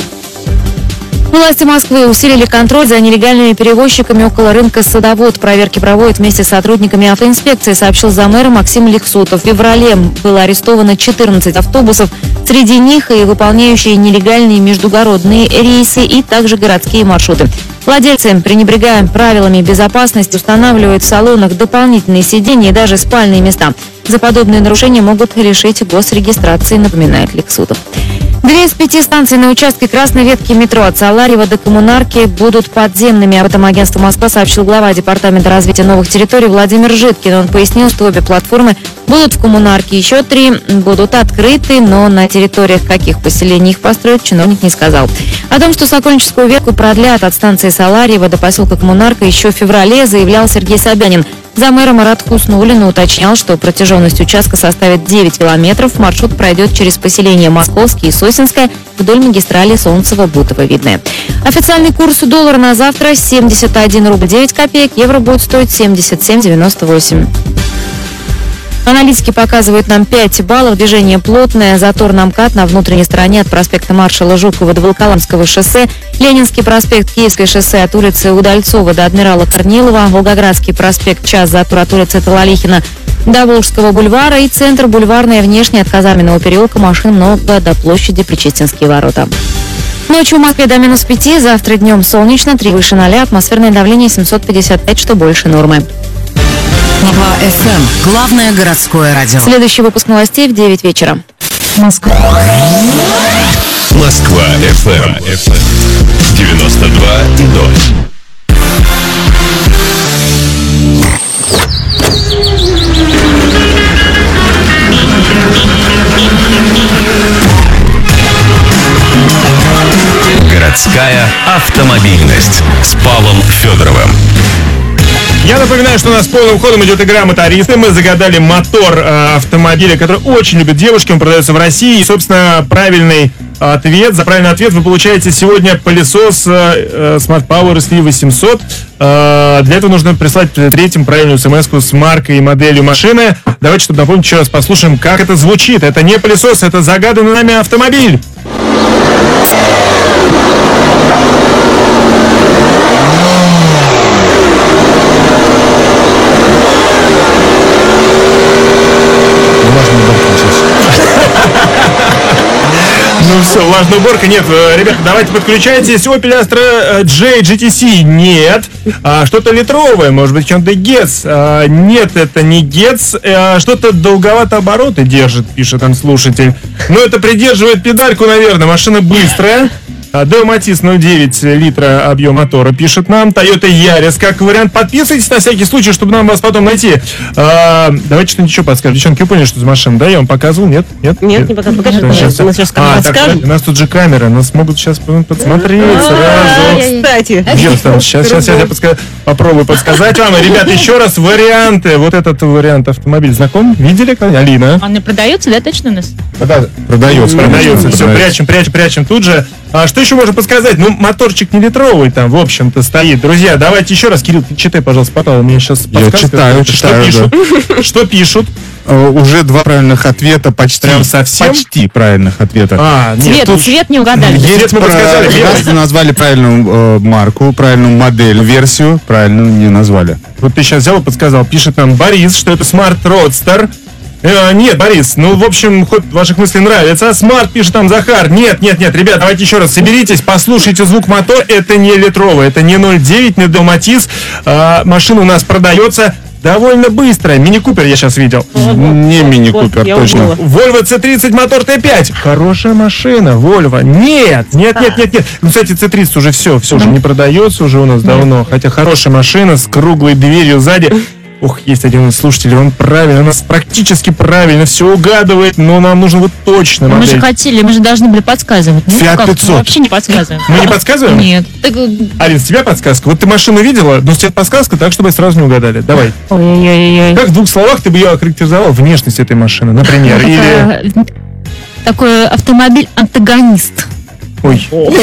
Власти Москвы усилили контроль за нелегальными перевозчиками около рынка Садовод. Проверки проводят вместе с сотрудниками автоинспекции, сообщил замэр Максим Лексутов. В феврале было арестовано четырнадцать автобусов. Среди них и выполняющие нелегальные междугородные рейсы, и также городские маршруты. Владельцы, пренебрегая правилами безопасности, устанавливают в салонах дополнительные сиденья и даже спальные места. За подобные нарушения могут лишить госрегистрации, напоминает Лексутов. Две из пяти станций на участке красной ветки метро от Саларьева до Коммунарки будут подземными. Об этом агентство «Москва» сообщил глава Департамента развития новых территорий Владимир Житкин. Он пояснил, что обе платформы будут в Коммунарке. Еще три будут открыты, но на территориях каких поселений их построят, чиновник не сказал. О том, что Сокольническую ветку продлят от станции Саларьева до поселка Коммунарка, еще в феврале заявлял Сергей Собянин. Замэр Марат Хуснуллин уточнял, что протяженность участка составит девять километров. Маршрут пройдет через поселения Московские и Сосинское вдоль магистрали Солнцево-Бутово-Видное. Официальный курс доллара на завтра семьдесят один рубль девять копеек, евро будет стоить семьдесят семь девяносто восемь. Аналитики показывают нам пять баллов. Движение плотное. Затор на МКАД на внутренней стороне от проспекта маршала Жукова до Волоколамского шоссе. Ленинский проспект, Киевское шоссе от улицы Удальцова до Адмирала Корнилова. Волгоградский проспект, час затор от улицы Талалихина до Волжского бульвара. И центр бульварная внешне от Казарменного переулка машин много до площади Причистинские ворота. Ночью в Москве до минус пяти. Завтра днем солнечно, три выше ноля. Атмосферное давление семьсот пятьдесят пять, что больше нормы. Москва эф эм. Главное городское радио. Следующий выпуск новостей в девять вечера. Москва. Москва эф эм. девяносто два и ноль. Городская автомобильность с Павлом Федоровым. Я напоминаю, что у нас полным ходом идет игра «Мотористы». Мы загадали мотор э, автомобиля, который очень любят девушки. Он продается в России. И, собственно, правильный ответ. За правильный ответ вы получаете сегодня пылесос э, Smart Power эс ви восемьсот. Э, для этого нужно прислать третьим правильную смс-ку с маркой и моделью машины. Давайте, чтобы напомнить, еще раз послушаем, как это звучит. Это не пылесос, это загаданный нами автомобиль. Ну все, влажная уборка. Нет, ребята, давайте подключайтесь. Opel Astra J джи ти си. Нет. А, что-то литровое, может быть, Hyundai Getz. А, нет, это не Getz. А, что-то долговато обороты держит, пишет там слушатель. Но это придерживает педальку, наверное. Машина быстрая. Део Матис ноль целых девять литра объем мотора, пишет нам. Toyota Yaris, как вариант. Подписывайтесь на всякий случай, чтобы нам вас потом найти. А, давайте что-нибудь еще подскажем. Девчонки, вы поняли, что за машина? Да, я вам показывал? Нет? Нет, Нет, не показывал. Покажи, пожалуйста. Мы сейчас а, подскажем. Так, у нас тут же камеры. Нас могут сейчас подсмотреть сразу. Кстати. Сейчас, сейчас я подска... попробую подсказать вам. Ребята, еще раз варианты. Вот этот вариант автомобиль знаком? Видели? Алина? Он не продается, да, точно у нас? Продается. Продается. Все, прячем, прячем, прячем тут же. А что еще можно подсказать? Ну, моторчик не литровый там, в общем-то, стоит. Друзья, давайте еще раз. Кирилл, читай, пожалуйста, портал. У меня сейчас Я читаю, что читаю, пишут? Да. Что пишут? Uh, уже два правильных ответа, почти. Прям совсем? Почти правильных ответа. А, нет, Цвет, тут... цвет не угадали. Есть мы про... подсказали. Раз назвали правильную э, марку, правильную модель, версию, правильную не назвали. Вот ты сейчас взял и подсказал. Пишет нам Борис, что это Smart Roadster. Э, нет, Борис, ну, в общем, ход ваших мыслей нравится. Smart пишет там Захар. Нет, нет, нет, ребят, давайте еще раз соберитесь, послушайте звук мотора. Это не литровый, это не ноль целых девять, не Део Матис. Э, машина у нас продается довольно быстро. Мини Купер я сейчас видел. Не Мини Купер, вот, точно. Volvo си тридцать мотор Т пять. Хорошая машина, Volvo. Нет, нет, нет, нет, нет. Ну, кстати, си тридцать уже все, все уже не продается уже у нас давно. Хотя хорошая машина с круглой дверью сзади. Ух, есть один из слушателей, он правильно, у нас практически правильно все угадывает, но нам нужно вот точно Мы модель. же хотели, мы же должны были подсказывать. Ну, Fiat как, пятьсот. мы вообще не подсказываем. Мы не подсказываем? Нет. Так, Алин, с тебя подсказка. Вот ты машину видела, но с тебя подсказка, так, чтобы сразу не угадали. Давай. ой-ой-ой. Как в двух словах ты бы ее охарактеризовал, внешность этой машины, например? Или... Такой автомобиль-антагонист. Ой. Вот.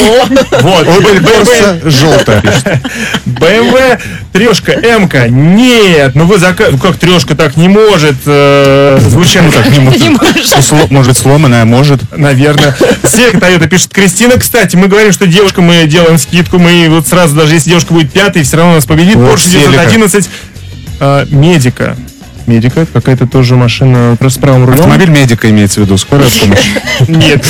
Корса желтая. бэ эм вэ трешка, М-ка. Нет, ну вы заказываете. Ну как трешка так не может? Э, звучит ну, так не может. Не может. Сло- Может сломанная, может. Наверное. Сека Toyota пишет Кристина. Кстати, мы говорим, что девушка, мы делаем скидку. Мы вот сразу, даже если девушка будет пятой, все равно нас победит. Вот Porsche девятьсот одиннадцать. Э, Медика. Медика, это какая-то тоже машина с правым рулем. Автомобиль медика имеется в виду, скорая помощь. Нет.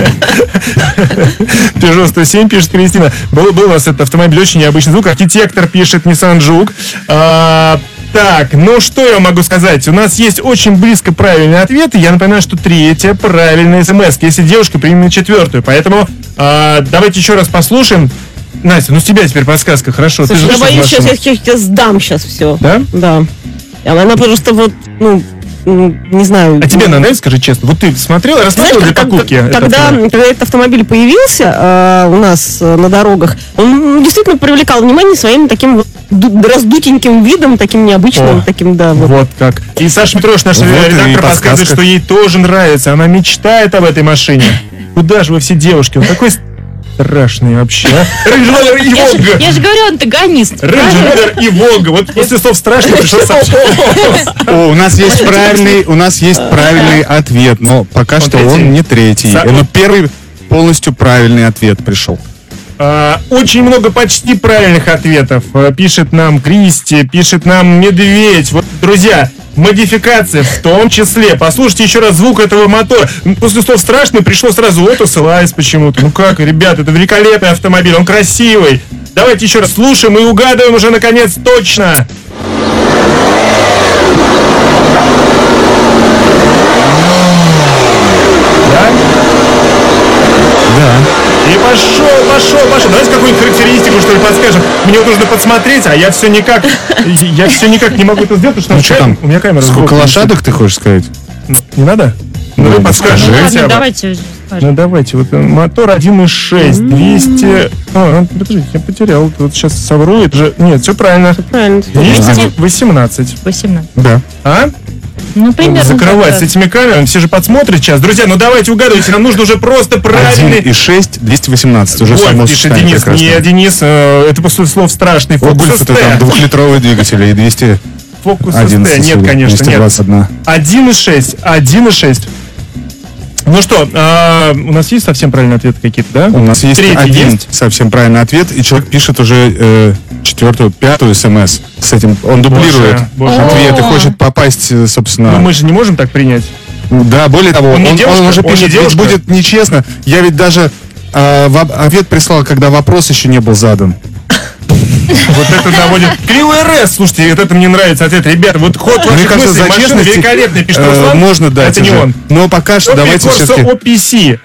Peugeot сто семь, пишет Кристина. Был, был у нас этот автомобиль, очень необычный звук. Архитектор пишет Nissan Juke. А, так, ну что я могу сказать? У нас есть очень близко правильный ответ. И я напоминаю, что третья правильная смс, если девушка примет четвертую. Поэтому а, давайте еще раз послушаем. Настя, ну с тебя теперь подсказка, хорошо. Слушай, Ты же я вышла из боюсь, сейчас машины. я сейчас сдам сейчас все. Да? Да. Она просто вот, ну, ну, не знаю. А тебе нравится, скажи честно? Вот ты смотрела, рассмотрела для Знаешь, как- покупки? как- этот когда, автомобиль? когда этот автомобиль появился э, у нас э, на дорогах, он ну, действительно привлекал внимание своим таким вот ду- раздутеньким видом, таким необычным, О, таким, да. Вот. Вот как. И Саша Петрович, наш Вот и редактор, подсказка. подсказывает, что ей тоже нравится. Она мечтает об этой машине. Куда же вы все девушки? Он такой страшный вообще. а? Range Rover и Я же, Волга. я же говорю, антагонист. Range Rover и Волга. Вот после слов страшно пришло сообщение. О, у нас есть правильный, у нас есть правильный ответ, но пока что третий. он не третий. Са- Но первый полностью правильный ответ пришел. А, Очень много почти правильных ответов. А, Пишет нам Кристи, пишет нам Медведь. Вот, друзья, модификация в том числе. Послушайте еще раз звук этого мотора. После слов страшный пришло сразу Lotus Elise почему-то. Ну как, ребят, это великолепный автомобиль, он красивый. Давайте еще раз слушаем и угадываем уже наконец точно. Да? Да. И пошел, пошел, пошел. Давайте какую-нибудь характеристику, что ли, подскажем. Мне вот нужно подсмотреть, а я все никак, я все никак не могу это сделать, потому Ну что что там? у меня камера Сколько сбоку лошадок ты хочешь сказать? висит. Не надо? Ну, вы Ну, подскажите. Ну, хотя ладно, бы. давайте уже Ну скажем. давайте, вот э, мотор один и шесть, двести... А, подождите, я потерял. Вот сейчас совру, это же... Нет, все правильно. Правильно. двести восемнадцать. восемнадцать. Да. А? Ну, примерно закрывать так, с этими камерами. Все же подсмотрят сейчас. Друзья, ну давайте угадывайте. Нам нужно уже просто правильный... один и шесть, двести восемнадцать. Уже само Вот, пишет сочетание Денис. прекрасное. Не, Денис, э, это после слов страшный. У Фокус Гульфа-то там СТ. двухлитровый двигатель и двести Фокус СТ. одиннадцать. Нет, конечно, двести нет. двадцать один. один и шесть. один и шесть. Ну что, а, у нас есть совсем правильные ответы какие-то, да? У нас есть Третий один есть? совсем правильный ответ, и человек пишет уже э, четвертую, пятую смс с этим. Он дублирует боже. ответ и О. хочет попасть, э, собственно... Но мы же не можем так принять. Да, более того, Он он, не он девушка? уже Он не пишет, ведь девушка? будет нечестно. Я ведь даже э, в- ответ прислал, когда вопрос еще не был задан. Вот это наводит... Кривой РС, слушайте, вот это мне нравится ответ. Ребята, вот ход Мне ваших кажется, мыслей, за машина честность великолепная, пишет э, Руслан. можно дать Это не уже. он. Но пока что давайте все-таки... о пи си.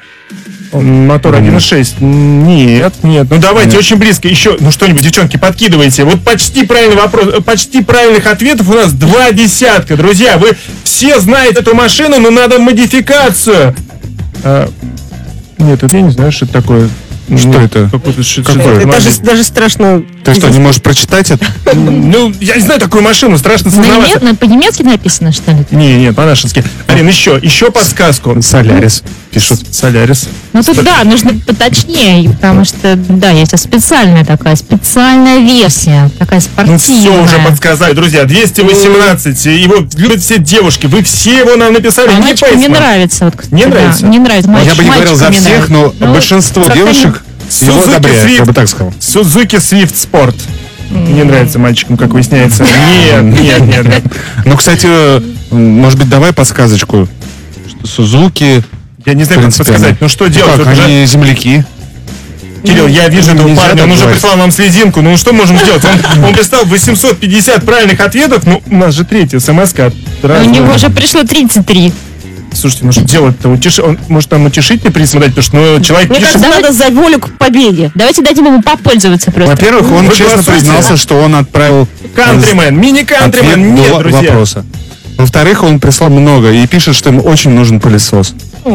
Мотор один и шесть. Нет, нет. Ну давайте, Нет. очень близко. Еще, ну что-нибудь, девчонки, подкидывайте. Вот почти правильный вопрос, э, почти правильных ответов у нас два десятка. Друзья, вы все знаете эту машину, но надо модификацию. А, нет, это я не знаю, что это такое. Что Ну, это? какой-то ш- Какое? ш- Это ну, даже, даже страшно. Ты что, не можешь прочитать это? Ну, я не знаю такую машину, страшно На сознаваться. неме- на- по-немецки написано, что ли? Не, нет, по-нашенски. Арин, еще, еще подсказку. Солярис пишут. Солярис. Ну тут, да, нужно поточнее, потому что, да, есть специальная такая, специальная версия, такая Ну все спортивная. уже подсказали, друзья. двести восемнадцать. Его любят все девушки. Вы все его нам написали. А не мальчикам не Пейсман. нравится. Вот, кстати, Не да, нравится? Не нравится. Я Мальчик- бы не говорил за мальчикам не всех, но нравится. Ну, большинство как-то девушек его Suzuki одобряют, я Swift. бы так сказал. Suzuki Swift Sport. Не нравится мальчикам, как выясняется. Нет, нет, нет, нет. Ну, кстати, э, может быть, давай подсказочку. Что Сузуки... Я не знаю, как принципиально. подсказать. Ну что делать? Как, Вот уже- они земляки. Кирилл, я вижу этого Нельзя парня, он так уже говорить. прислал нам слезинку. Ну что можем сделать? Он, он прислал восемьсот пятьдесят правильных ответов. Ну, у нас же третья смс-ка. У него уже пришло тридцать три. Слушайте, ну что делать-то? Утеш... Он, может, там утешительный приз ему дать, потому что ну, человек Мне пишет... кажется, надо за волю к победе. Давайте дадим ему попользоваться просто. Во-первых, он Вы честно голосуете? признался, что он отправил Кантримен, ответ мини-кантримен. Нет, до друзья. вопроса. Во-вторых, он прислал много и пишет, что ему очень нужен пылесос.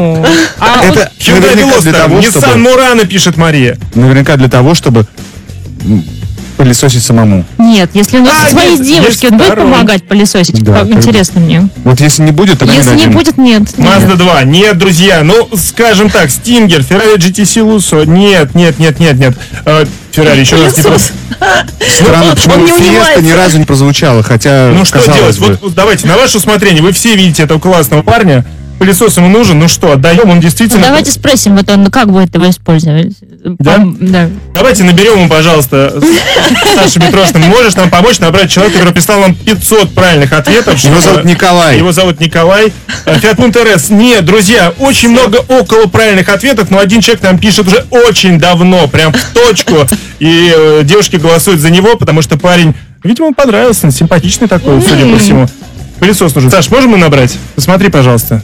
А вот Это Hyundai наверняка для Veloster, того, Nissan чтобы... Murano, пишет Мария. Наверняка для того, чтобы м, пылесосить самому. нет, если у него А, своей есть- девушке, есть он будет второй. помогать пылесосить? Да, Как как- интересно мне. Вот если не будет, тогда Если не дадим. будет, нет. Mazda нет. два. Нет, друзья. Ну, скажем так, Stinger, Ferrari джи ти си Lusso. Нет, нет, нет, нет, нет. Э, Ferrari еще раз не про- Пылесос. Странно, почему Он не Фиеста унимается. ни разу не прозвучала, хотя, Ну что казалось делать? бы. Вот, вот давайте, на ваше усмотрение. Вы все видите этого классного парня. Пылесос ему нужен. Ну что, отдаем, он Ну, действительно... давайте спросим, вот он как будет его использовать. Да? Пом- да. Давайте наберем ему, пожалуйста, Саша Митрошина, можешь нам помочь набрать человека, который прислал нам пятьсот правильных ответов? Его чтобы- зовут Николай. Его зовут Николай. Fiat Punto эр эс. Нет, друзья, очень много около правильных ответов, но один человек нам пишет уже очень давно, прям в точку. И э, девушки голосуют за него, потому что парень, видимо, он понравился, он симпатичный такой, судя по всему. Пылесос нужен. Саш, можем мы набрать? Посмотри, пожалуйста.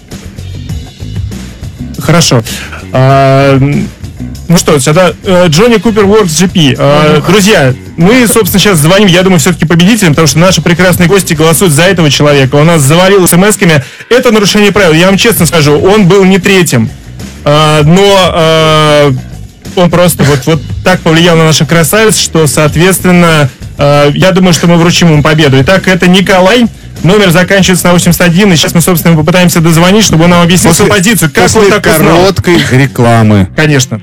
Хорошо. А, ну что, тогда э, Джонни Купер Works джи пи. Э, друзья, мы, собственно, сейчас звоним, я думаю, все-таки победителям, потому что наши прекрасные гости голосуют за этого человека. Он нас завалил смс-ками. Это нарушение правил. Я вам честно скажу, он был не третьим. Э, но э, он просто вот, вот так повлиял на наших красавиц, что, соответственно, э, я думаю, что мы вручим ему победу. Итак, это Николай. Номер заканчивается на восемьдесят один, и сейчас мы, собственно, попытаемся дозвонить, чтобы он нам объяснил свою позицию. Как после он так узнал? короткой рекламы. Конечно.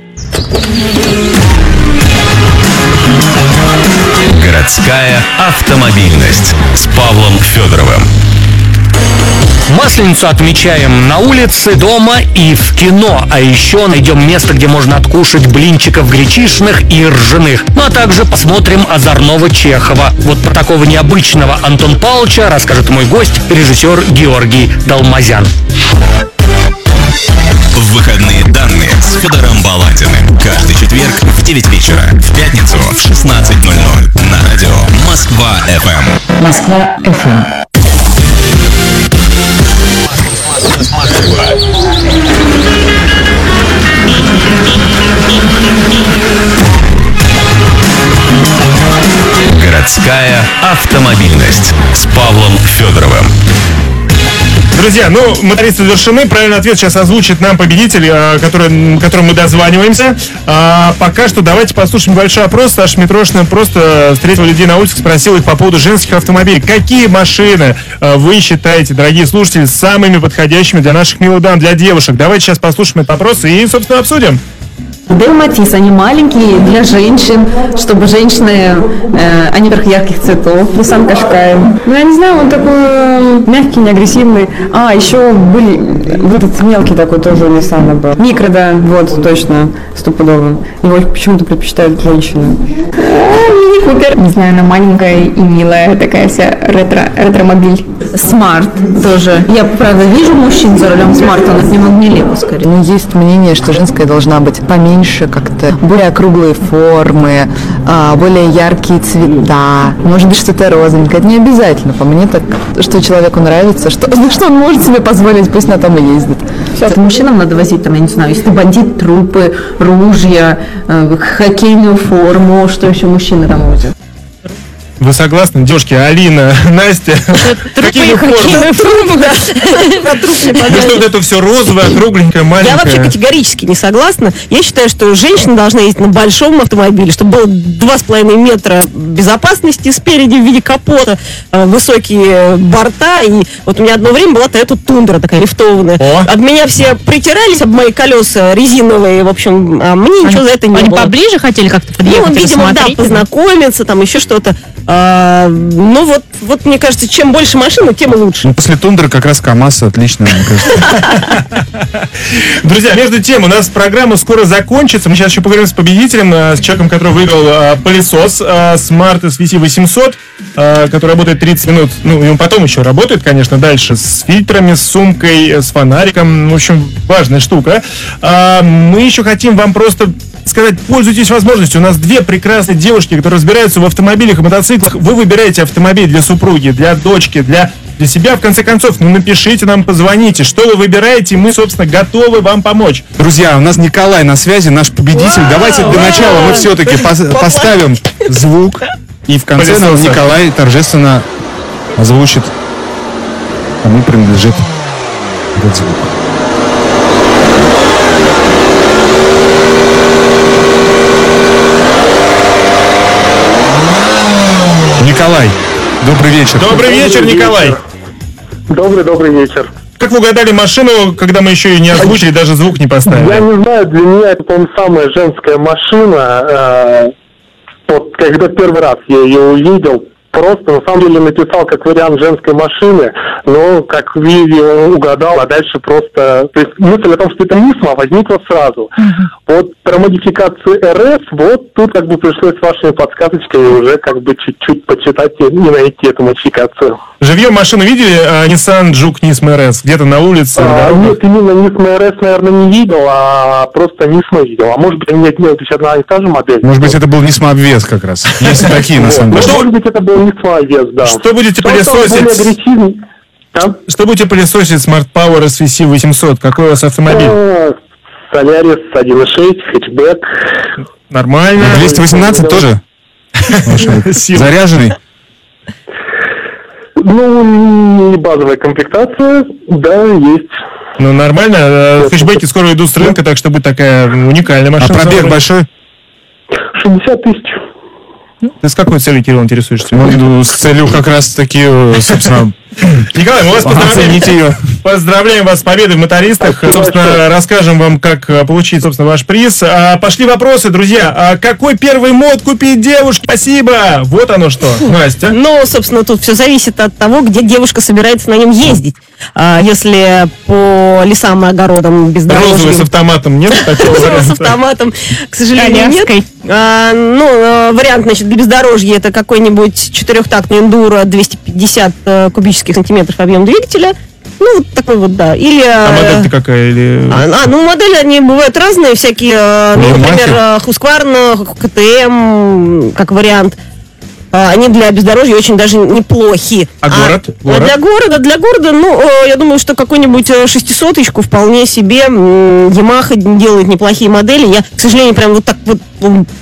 Городская автомобильность с Павлом Федоровым. Масленицу отмечаем на улице, дома и в кино. А еще найдем место, где можно откушать блинчиков гречишных и ржаных. Ну а также посмотрим озорного Чехова. Вот про такого необычного Антон Павловича расскажет мой гость, режиссер Георгий Далмазян. В выходные данные с Федором Баландиным. Каждый четверг в девять вечера. В пятницу в шестнадцать ноль ноль. На радио Москва-эф эм. Москва-эф эм. Городская автомобильность с Павлом Федоровым. Друзья, ну, мотористы завершены. Правильный ответ сейчас озвучит нам победитель, который, которому мы дозваниваемся. А пока что давайте послушаем большой опрос. Саша Митрошина просто встретила людей на улице, спросила их по поводу женских автомобилей. Какие машины вы считаете, дорогие слушатели, самыми подходящими для наших милых дам, для девушек? Давайте сейчас послушаем этот опрос и, собственно, обсудим. Делматис, они маленькие для женщин, чтобы женщины, э, они верх ярких цветов. Nissan Qashqai. Ну, я не знаю, он такой э, мягкий, не агрессивный. А, еще были, вот этот мелкий такой тоже у Nissan был. Микро, да, вот, точно, стопудово. Его почему-то предпочитают женщины. Мини Купер. Не знаю, она маленькая и милая, такая вся ретро, ретро-мобиль. Смарт тоже. Я, правда, вижу мужчин за рулем смарта, но от него нелепо скорее. Ну, есть мнение, что женская должна быть поменьше, как-то более округлые формы, более яркие цвета, может быть, что-то розовенькое. Это не обязательно. По мне так, что человеку нравится, что, что он может себе позволить, пусть на том и ездит. Все, мужчинам надо возить, там, я не знаю, если бандит, трупы, ружья, э, хоккейную форму, что еще мужчины там возят. Вы согласны, девушки? Алина, Настя, какие формы? Ну что вот это все розовое, кругленькое, маленькое? Я вообще категорически не согласна. Я считаю, что женщина должна ездить на большом автомобиле, чтобы было два с половиной метра безопасности спереди в виде капота, высокие борта. И вот у меня одно время была Toyota Тундра такая лифтованная. О. Об меня все притирались, об мои колеса резиновые, в общем, а мне ничего за это не Они было. поближе хотели как-то подъехать? Ну, видимо, да, рассмотреть? познакомиться, там еще что-то. А, ну вот, вот, мне кажется, чем больше машин, тем лучше. Ну, после Тундры как раз КамАЗ отлично, мне кажется. Друзья, между тем, у нас программа скоро закончится. Мы сейчас еще поговорим с победителем, с человеком, который выиграл а, пылесос а, Smart эс ви си восемьсот, а, который работает тридцать минут. Ну, и он потом еще работает, конечно, дальше с фильтрами, с сумкой, с фонариком. В общем, важная штука. А, мы еще хотим вам просто сказать, пользуйтесь возможностью. У нас две прекрасные девушки, которые разбираются в автомобилях и мотоциклах. Вы выбираете автомобиль для супруги, для дочки, для, для себя. В конце концов, ну напишите нам, позвоните. Что вы выбираете, и мы, собственно, готовы вам помочь. Друзья, у нас Николай на связи, наш победитель. Давайте для начала мы все-таки пос- поставим звук. И в конце нам Пылесоса. Николай торжественно озвучит, кому принадлежит этот звук. Николай, добрый вечер. Добрый вечер, Николай. Добрый-добрый вечер. Как вы угадали машину, когда мы еще ее не озвучили, даже звук не Я поставили? не знаю, для меня это, по-моему, самая женская машина. Э, вот когда первый раз я ее увидел, просто на самом деле написал как вариант женской машины, но как видео угадал, а дальше просто... То есть мысль о том, что это Нисма, возникла сразу. Вот про модификацию эр эс, вот тут как бы пришлось с вашими подсказочками уже как бы чуть-чуть почитать и не найти эту модификацию. Живьем машину видели? А, Nissan Juke Nismo эр эс, где-то на улице? А, да? нет, именно Nismo эр эс, наверное, не видел, а просто Nismo видел. А может быть, они не делают еще одна и та же модель. Может быть, это был Нисма обвес как раз. Есть такие, на самом Вот. деле. Может быть, это был Nismo вес, да. Что будете Что-то пылесосить? более агрессивный. Да? Что будете пылесосить Smart Power эс ви си восемьсот? Какой у вас автомобиль? Э, Solaris один и шесть, хэтчбэк. Нормально. двести восемнадцать тоже? Сила. Заряженный? Ну, не базовая комплектация, да, есть. Ну, нормально. Э, Хэтчбеки скоро идут с рынка, так что будет такая уникальная А машина. пробег большой? шестьдесят тысяч. Ты с какой целью, Кирилл, интересуешься? Ну, с целью как раз таки, собственно, Николай, мы вас поздравляем. оценить ее. Поздравляем вас с победой в мотористах. Спасибо Собственно, большое. расскажем вам, как а, получить, собственно, ваш приз. А, пошли вопросы, друзья. А, какой первый мод купить девушке? Спасибо. Вот оно что. Настя. Но, собственно, тут все зависит от того, где девушка собирается на нем ездить. А, если по лесам и огородам бездорожьям... Розовый с автоматом нет? такого С варианта? автоматом, к сожалению, нет. Коляской. А, ну, э, вариант, значит, для бездорожья это какой-нибудь четырехтактный эндуро, двести пятьдесят э, кубических сантиметров объем двигателя. Ну, вот такой вот, да. Или... А э, модель-то какая? Или... А, а, ну, модели, они бывают разные, всякие, э, ну, Ямахи? например, э, Husqvarna, ка тэ эм, как вариант. А, они для бездорожья очень даже неплохи. А город? а Город? Для города, для города, ну, э, я думаю, что какой-нибудь э, шестисоточку вполне себе. м, Yamaha делает неплохие модели. Я, к сожалению, прям вот так вот м,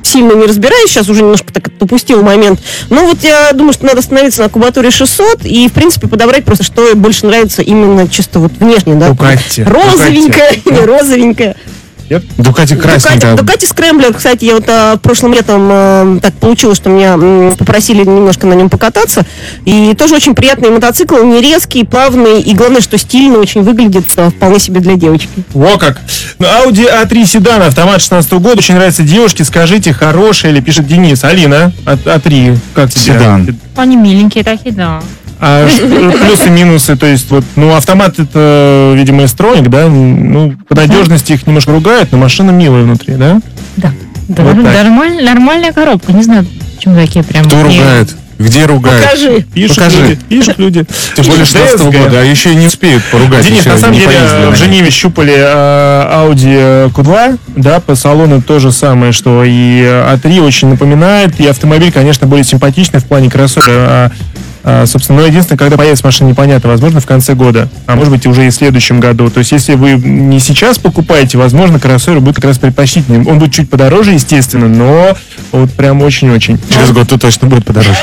сильно не разбираюсь, сейчас уже немножко так упустил момент. Но вот я думаю, что надо остановиться на кубатуре шестьсот и, в принципе, подобрать просто, что больше нравится именно чисто вот внешне, да? Дукати. Розовенькая или розовенькая. Дукати красненькая. Дукати Скрэмблер, кстати, я вот а, прошлым летом а, так получилось, что меня м, попросили немножко на нем покататься. И тоже очень приятный мотоцикл, не резкий, плавный, и главное, что стильно очень выглядит, а, вполне себе для девочки. Во как! Ну, Audi а три седан, автомат шестнадцатого года, очень нравится девушке, скажите, хорошая или пишет Денис. Алина, а три, как тебе? Седан. Они миленькие такие, да. А плюсы-минусы, то есть, вот, ну, автомат это, видимо, эстроник, да, ну, по надежности их немножко ругают, но машина милая внутри, да? Да. Да, Вот так. нормаль- нормальная коробка, не знаю, почему такие прям... Кто не- ругает? Где ругают? Покажи. Пишут Покажи. люди, пишут люди. Тем более шестнадцатого ДСГ. года, а еще и не успеют поругать. Денис, еще на самом не деле, поездили на в ней. Женеве щупали э, Audi кью два, да, по салону то же самое, что и а три очень напоминает, и автомобиль, конечно, более симпатичный в плане кроссовера, а, а, собственно, но единственное, когда появится машина, непонятно, возможно, в конце года, а может быть, уже и в следующем году. То есть, если вы не сейчас покупаете, возможно, кроссовер будет как раз предпочтительным. Он будет чуть подороже, естественно, но вот прям очень-очень. Через год то точно будет подороже.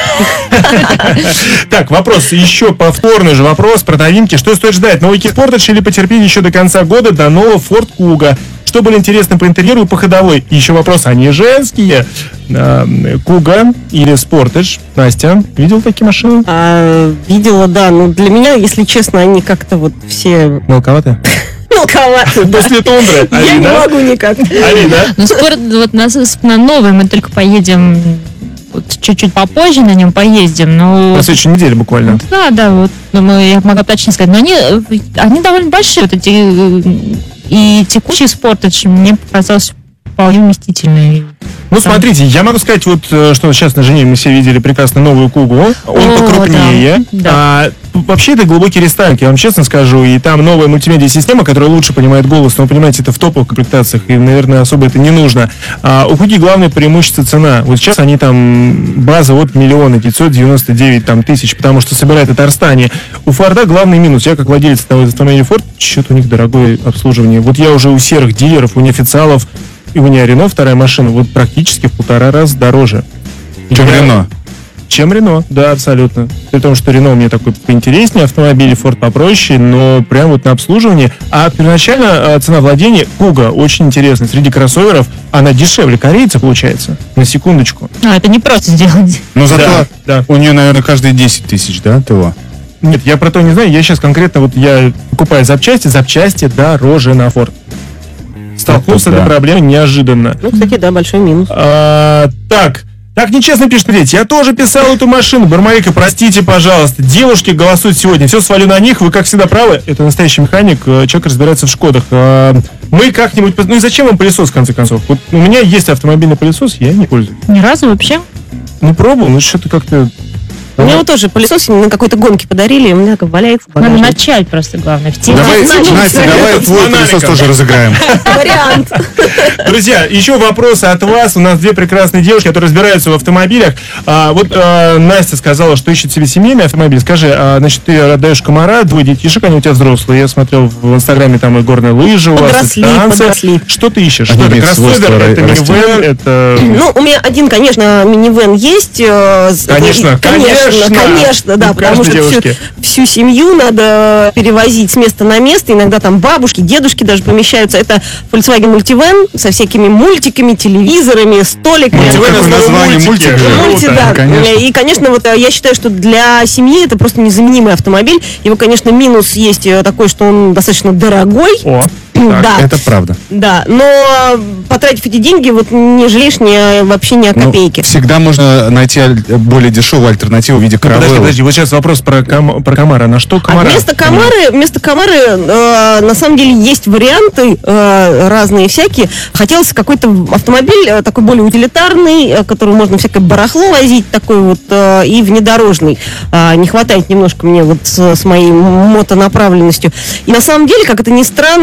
Так, вопрос, еще повторный же вопрос про новинки. Что стоит ждать? Новый Kia Sportage или потерпеть еще до конца года до нового Ford Kuga? Что было интересно по интерьеру и по ходовой? И еще вопрос, они женские? А, Kuga или Sportage? Настя, видел такие машины? А, видела, да, но для меня, если честно, они как-то вот все Мелковато? мелковаты. После тундры. Я не Алина? могу никак. Алина? Ну, спорт, вот на, на новый мы только поедем вот, чуть-чуть попозже на нем поездим, но... На следующей неделе буквально. Да, да, вот, ну, мы, я могу точно сказать, но они, они довольно большие, вот эти, э, и текущий Sportage мне показался вполне вместительный. Ну, смотрите, я могу сказать, вот, э, что сейчас на Жене мы все видели прекрасно новую Кугу. Он О, покрупнее. да, да. А, вообще, это глубокий рестайлинг, я вам честно скажу. И там новая мультимедиа-система, которая лучше понимает голос. Но, вы понимаете, это в топовых комплектациях, и, наверное, особо это не нужно. А у Куги главное преимущество цена. Вот сейчас они там, база от миллиона девятьсот девяносто девять там, тысяч, потому что собирает в Татарстане. У Форда главный минус. Я, как владелец одного из автомобилей Форд, что-то у них дорогое обслуживание. Вот я уже у серых дилеров, у неофициалов, и у меня Рено, вторая машина, вот практически в полтора раза дороже. Чем Я- Рено? Чем Рено, да, абсолютно. При том, что Рено у меня такой поинтереснее автомобиль, Форд попроще, но прям вот на обслуживании. А первоначально а, цена владения Куга очень интересная. Среди кроссоверов она дешевле корейца получается. На секундочку. А, это не просто сделать. Но зато Да, да. у нее, наверное, каждые десять тысяч, да, ТО? Нет, я про то не знаю. Я сейчас конкретно вот я покупаю запчасти, запчасти дороже на Форд. Столкнулся с Это этой да. проблемой неожиданно. Ну, кстати, да, большой минус. А, так, так нечестно пишет, смотрите, я тоже писал эту машину. Бармарика, простите, пожалуйста. Девушки голосуют сегодня. Все свалю на них, вы, как всегда, правы. Это настоящий механик, э, человек разбирается в Шкодах. А, мы как-нибудь... Ну и зачем вам пылесос, в конце концов? Вот у меня есть автомобильный пылесос, я им не пользуюсь. Ни разу вообще. Ну, пробовал, ну что-то как-то... Мне вот тоже пылесос на какой-то гонке подарили, и у меня как валяется в Надо багажнике. начать просто, главное. В теме. Давай, Начнем. Настя, давай твой фонариком. пылесос тоже разыграем. Вариант. Друзья, еще вопросы от вас. У нас две прекрасные девушки, которые разбираются в автомобилях. А, вот а, Настя сказала, что ищет себе семейный автомобиль. Скажи, а, значит, ты отдаешь комара, двое детишек, они у тебя взрослые. Я смотрел в Инстаграме, там и горные лыжи у вас, и Подросли, танцы. подросли. Что ты ищешь? Они Что это? имеют свойство Кроссовер, это расти. минивэн, это... Ну, у меня один, конечно, минивэн есть. э, с- Конечно, и- конечно, конечно. конечно, да, У потому каждой что всю, девушки. всю семью надо перевозить с места на место. Иногда там бабушки, дедушки даже помещаются. Это Volkswagen Multivan со всякими мультиками, телевизорами, столиками. Multivan Какое основном название? мультики. Мультик же. Мульти, Круто. да. конечно. И, конечно, вот э, я считаю, что для семьи это просто незаменимый автомобиль. Его, конечно, минус есть э, такой, что он достаточно дорогой. О, Да, Это правда. да. Но э, потратив эти деньги, вот не жалеешь ни, вообще ни о Ну, копейке. всегда можно найти аль- более дешевую альтернативу в виде ну, подожди, каравеллы. подожди, вот сейчас вопрос про, кам- про комара. На что А комара? вместо Камары, вместо Камары э, на самом деле есть варианты э, разные всякие. Хотелось какой-то автомобиль э, такой более утилитарный, э, который можно всякое барахло возить, такой вот э, и внедорожный. Э, не хватает немножко мне вот с, с моей мотонаправленностью. И на самом деле, как это ни странно, вот такой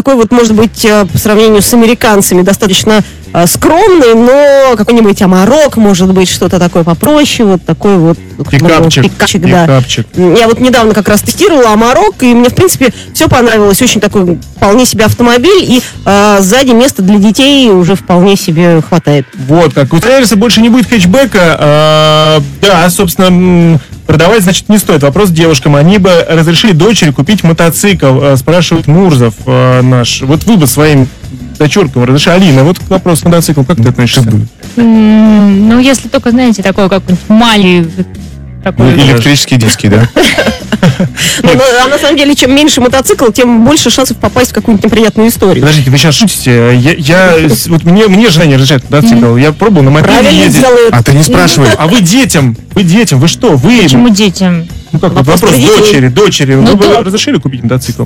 такой вот, может быть, э, по сравнению с американцами, достаточно э, скромный, но какой-нибудь Амарок, может быть, что-то такое попроще, вот такой вот. Пикапчик. Пикапчик, да. Пикапчик. Я вот недавно как раз тестировала Амарок, и мне, в принципе, все понравилось. Очень такой вполне себе автомобиль, и э, сзади места для детей уже вполне себе хватает. Вот как. У Трейверса больше не будет хэтчбека. А, да, собственно, м, продавать, значит, не стоит. Вопрос девушкам. Они бы разрешили дочери купить мотоцикл, а, спрашивает Мурзов а, наш. Вот вы бы своим дочуркам разрешили. Алина, вот вопрос мотоцикл, как ты относишься? М, Ну, если только, знаете, такой какой-нибудь маленький... Такой... Электрические диски, да? Ну, а на самом деле, чем меньше мотоцикл, тем больше шансов попасть в какую-нибудь неприятную историю. Подождите, вы сейчас шутите. Я, я вот мне, мне жена не разрешает мотоцикл. Я пробовал на мопеде Правильно ездить. делают. А ты не спрашивай. А вы детям, вы детям, вы что? Вы... Почему детям? Ну как, вот Вопрос вопрос про детей. дочери, дочери. Ну, Вы бы то- разрешили купить мотоцикл?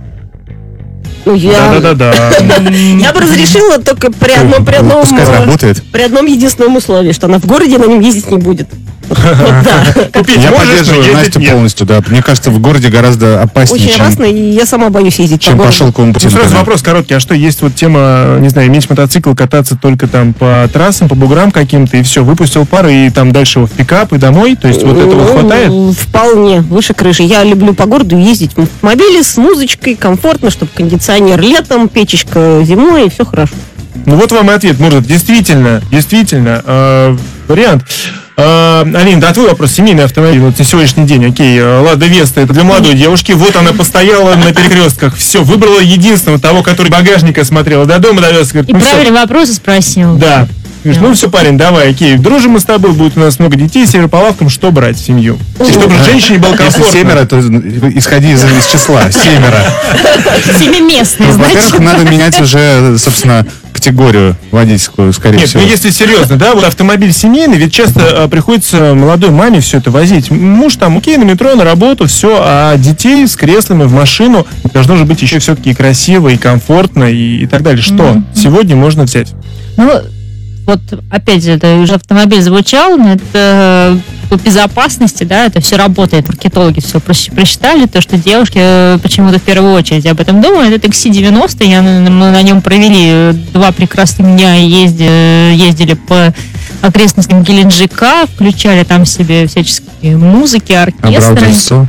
Ну, я... Да-да-да-да. Я бы разрешила только при одном, при одном, Пускай э, работает. при одном единственном условии, что она в городе на нем ездить не будет. Вот, да. Купить Я можешь, но поддерживаю ездить Настю нет. полностью, да. Мне кажется, в городе гораздо опаснее, Очень чем, опасно, и я сама боюсь ездить чем по по городу. шелковому пути. Ну, сразу например. вопрос короткий. А что, есть вот тема, не знаю, иметь мотоцикл, кататься только там по трассам, по буграм каким-то, и все, выпустил пар, и там дальше его в пикап и домой? То есть вот этого Ну, хватает? Вполне, выше крыши. Я люблю по городу ездить в автомобиле с музычкой, комфортно, чтобы кондиционер летом, печечка зимой, и все хорошо. Ну вот вам и ответ, может, действительно, действительно, э, вариант. Э, Алина, да, твой вопрос, семейный автомобиль, вот на сегодняшний день, окей, э, Лада Веста, это для молодой девушки, вот она постояла на перекрестках, все, выбрала единственного, того, который багажника смотрела, до дома довез, говорит, И ну всё. правильный вопрос спросил. Да. Говоришь, ну все, парень, давай, окей, дружим мы с тобой, будет у нас много детей, север по лавкам, что брать в семью? И чтобы женщине было Если комфортно. семеро, то исходи из, из числа. Семеро. Семиместный, Во-первых, значит. надо менять уже, собственно, категорию водительскую, скорее Нет, всего. ну если серьезно, да, вот автомобиль семейный, ведь часто а, приходится молодой маме все это возить. М- Муж там, окей, на метро, на работу, все, а детей с креслами в машину должно же быть еще все-таки и красиво, и комфортно, и, и так далее. Что Мгм. сегодня можно взять? Ну, вот опять же, это уже автомобиль звучал, но это по безопасности, да, это все работает. Маркетологи все просчитали, то, что девушки э, почему-то в первую очередь об этом думают. Это Икс девяносто, я, на- мы на нем провели два прекрасных дня, езди- ездили по окрестностям Геленджика, включали там себе всяческие музыки, А оркестры. брал лицо?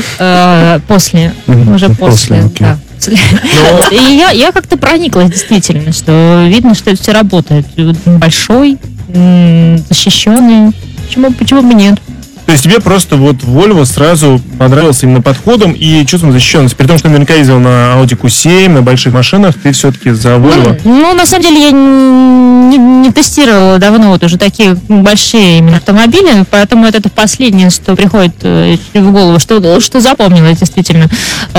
Э, после, Мгм. уже После, после, окей. да. Вот. И я, я как-то прониклась действительно, что видно, что это все работает. И вот большой, м, защищенный. Почему, почему бы нет? То есть тебе просто вот Volvo сразу понравился именно подходом и чувством защищенности. При том, что наверняка ездил на Audi кью семь, на больших машинах, ты все-таки за Volvo. Ну, ну, на самом деле, я не, не тестировала давно вот уже такие большие именно автомобили, поэтому это, это последнее, что приходит э, в голову, что, что запомнилось действительно.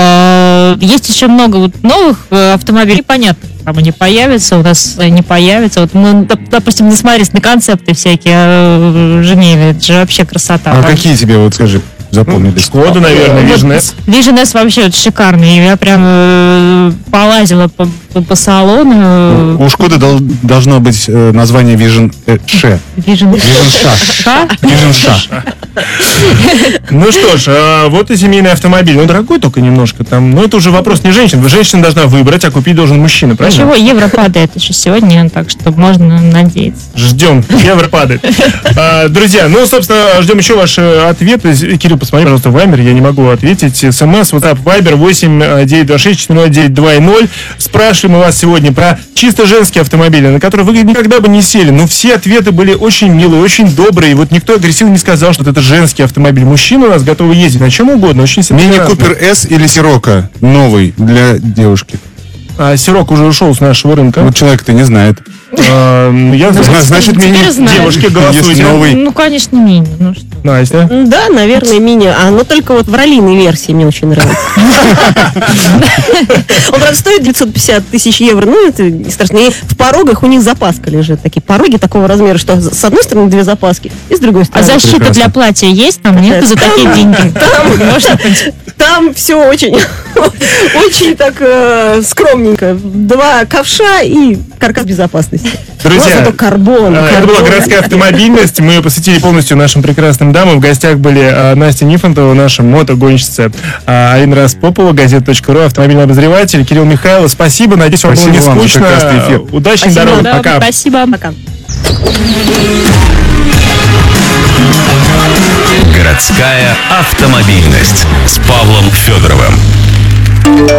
Э, есть еще много вот новых э, автомобилей, понятно, там они появятся, у нас э, не появятся. Вот мы, доп- допустим, насмотрелись на концепты всякие э, в Женеве, это же вообще красота. А Там- какие тебе, вот скажи, запомнились? Шкода, наверное, Вот Vision S. Vision S вообще вот шикарный. Я прям э, полазила по, по, по салону. У Шкоды дол- должно быть э, название Vision э, Ш. Vision Vision Ша. Ша. Vision Ша. Ну что ж, а, вот и семейный автомобиль. Ну, дорогой только немножко там. Но это уже вопрос не женщин. Женщина должна выбрать, а купить должен мужчина, правильно? Ничего, евро падает еще сегодня, так что можно надеяться. Ждем, евро падает. А, друзья, ну, собственно, ждем еще ваши ответы. Кирилл, посмотри, пожалуйста, Вайбер, я не могу ответить. СМС, WhatsApp, Вайбер восемь девятьсот двадцать шесть четыреста девять два ноль. Спрашиваем мы вас сегодня про чисто женские автомобили, на которые вы никогда бы не сели. Но все ответы были очень милые, очень добрые. Вот никто агрессивно не сказал, что это женский автомобиль. Мужчины у нас готовы ездить на чем угодно. Очень Мини Купер С или Сирока новый для девушки? А Сирок уже ушел с нашего рынка. Вот человек-то не знает. А, я Зна- Значит, Теперь мини знаю. девушки есть голосуйте. новый. Ну, конечно, мини. Ну, что. Настя. Да, наверное, мини. А, но только вот в раллийной версии мне очень нравится. Он, правда, стоит девятьсот пятьдесят тысяч евро. Ну, это не страшно. И в порогах у них запаска лежит. Такие пороги такого размера, что с одной стороны две запаски, и с другой А стороны. защита прекрасно. для платья есть там? Нет, за такие деньги. Там, там все очень Очень так э, скромненько. Два ковша и каркас безопасности. Друзья, это карбон. э, это карбон. была городская автомобильность. Мы ее посвятили полностью нашим прекрасным дамам. В гостях были э, Настя Нифонтова, наша мотогонщица, э, Алина Распопова, газета.ру, автомобильный обозреватель, Кирилл Михайлов. Спасибо, надеюсь, вам было Спасибо не вам за скучно. прекрасный эфир. Удачной Спасибо, дороги. Да, Пока. Спасибо. Пока. Городская автомобильность с Павлом Федоровым.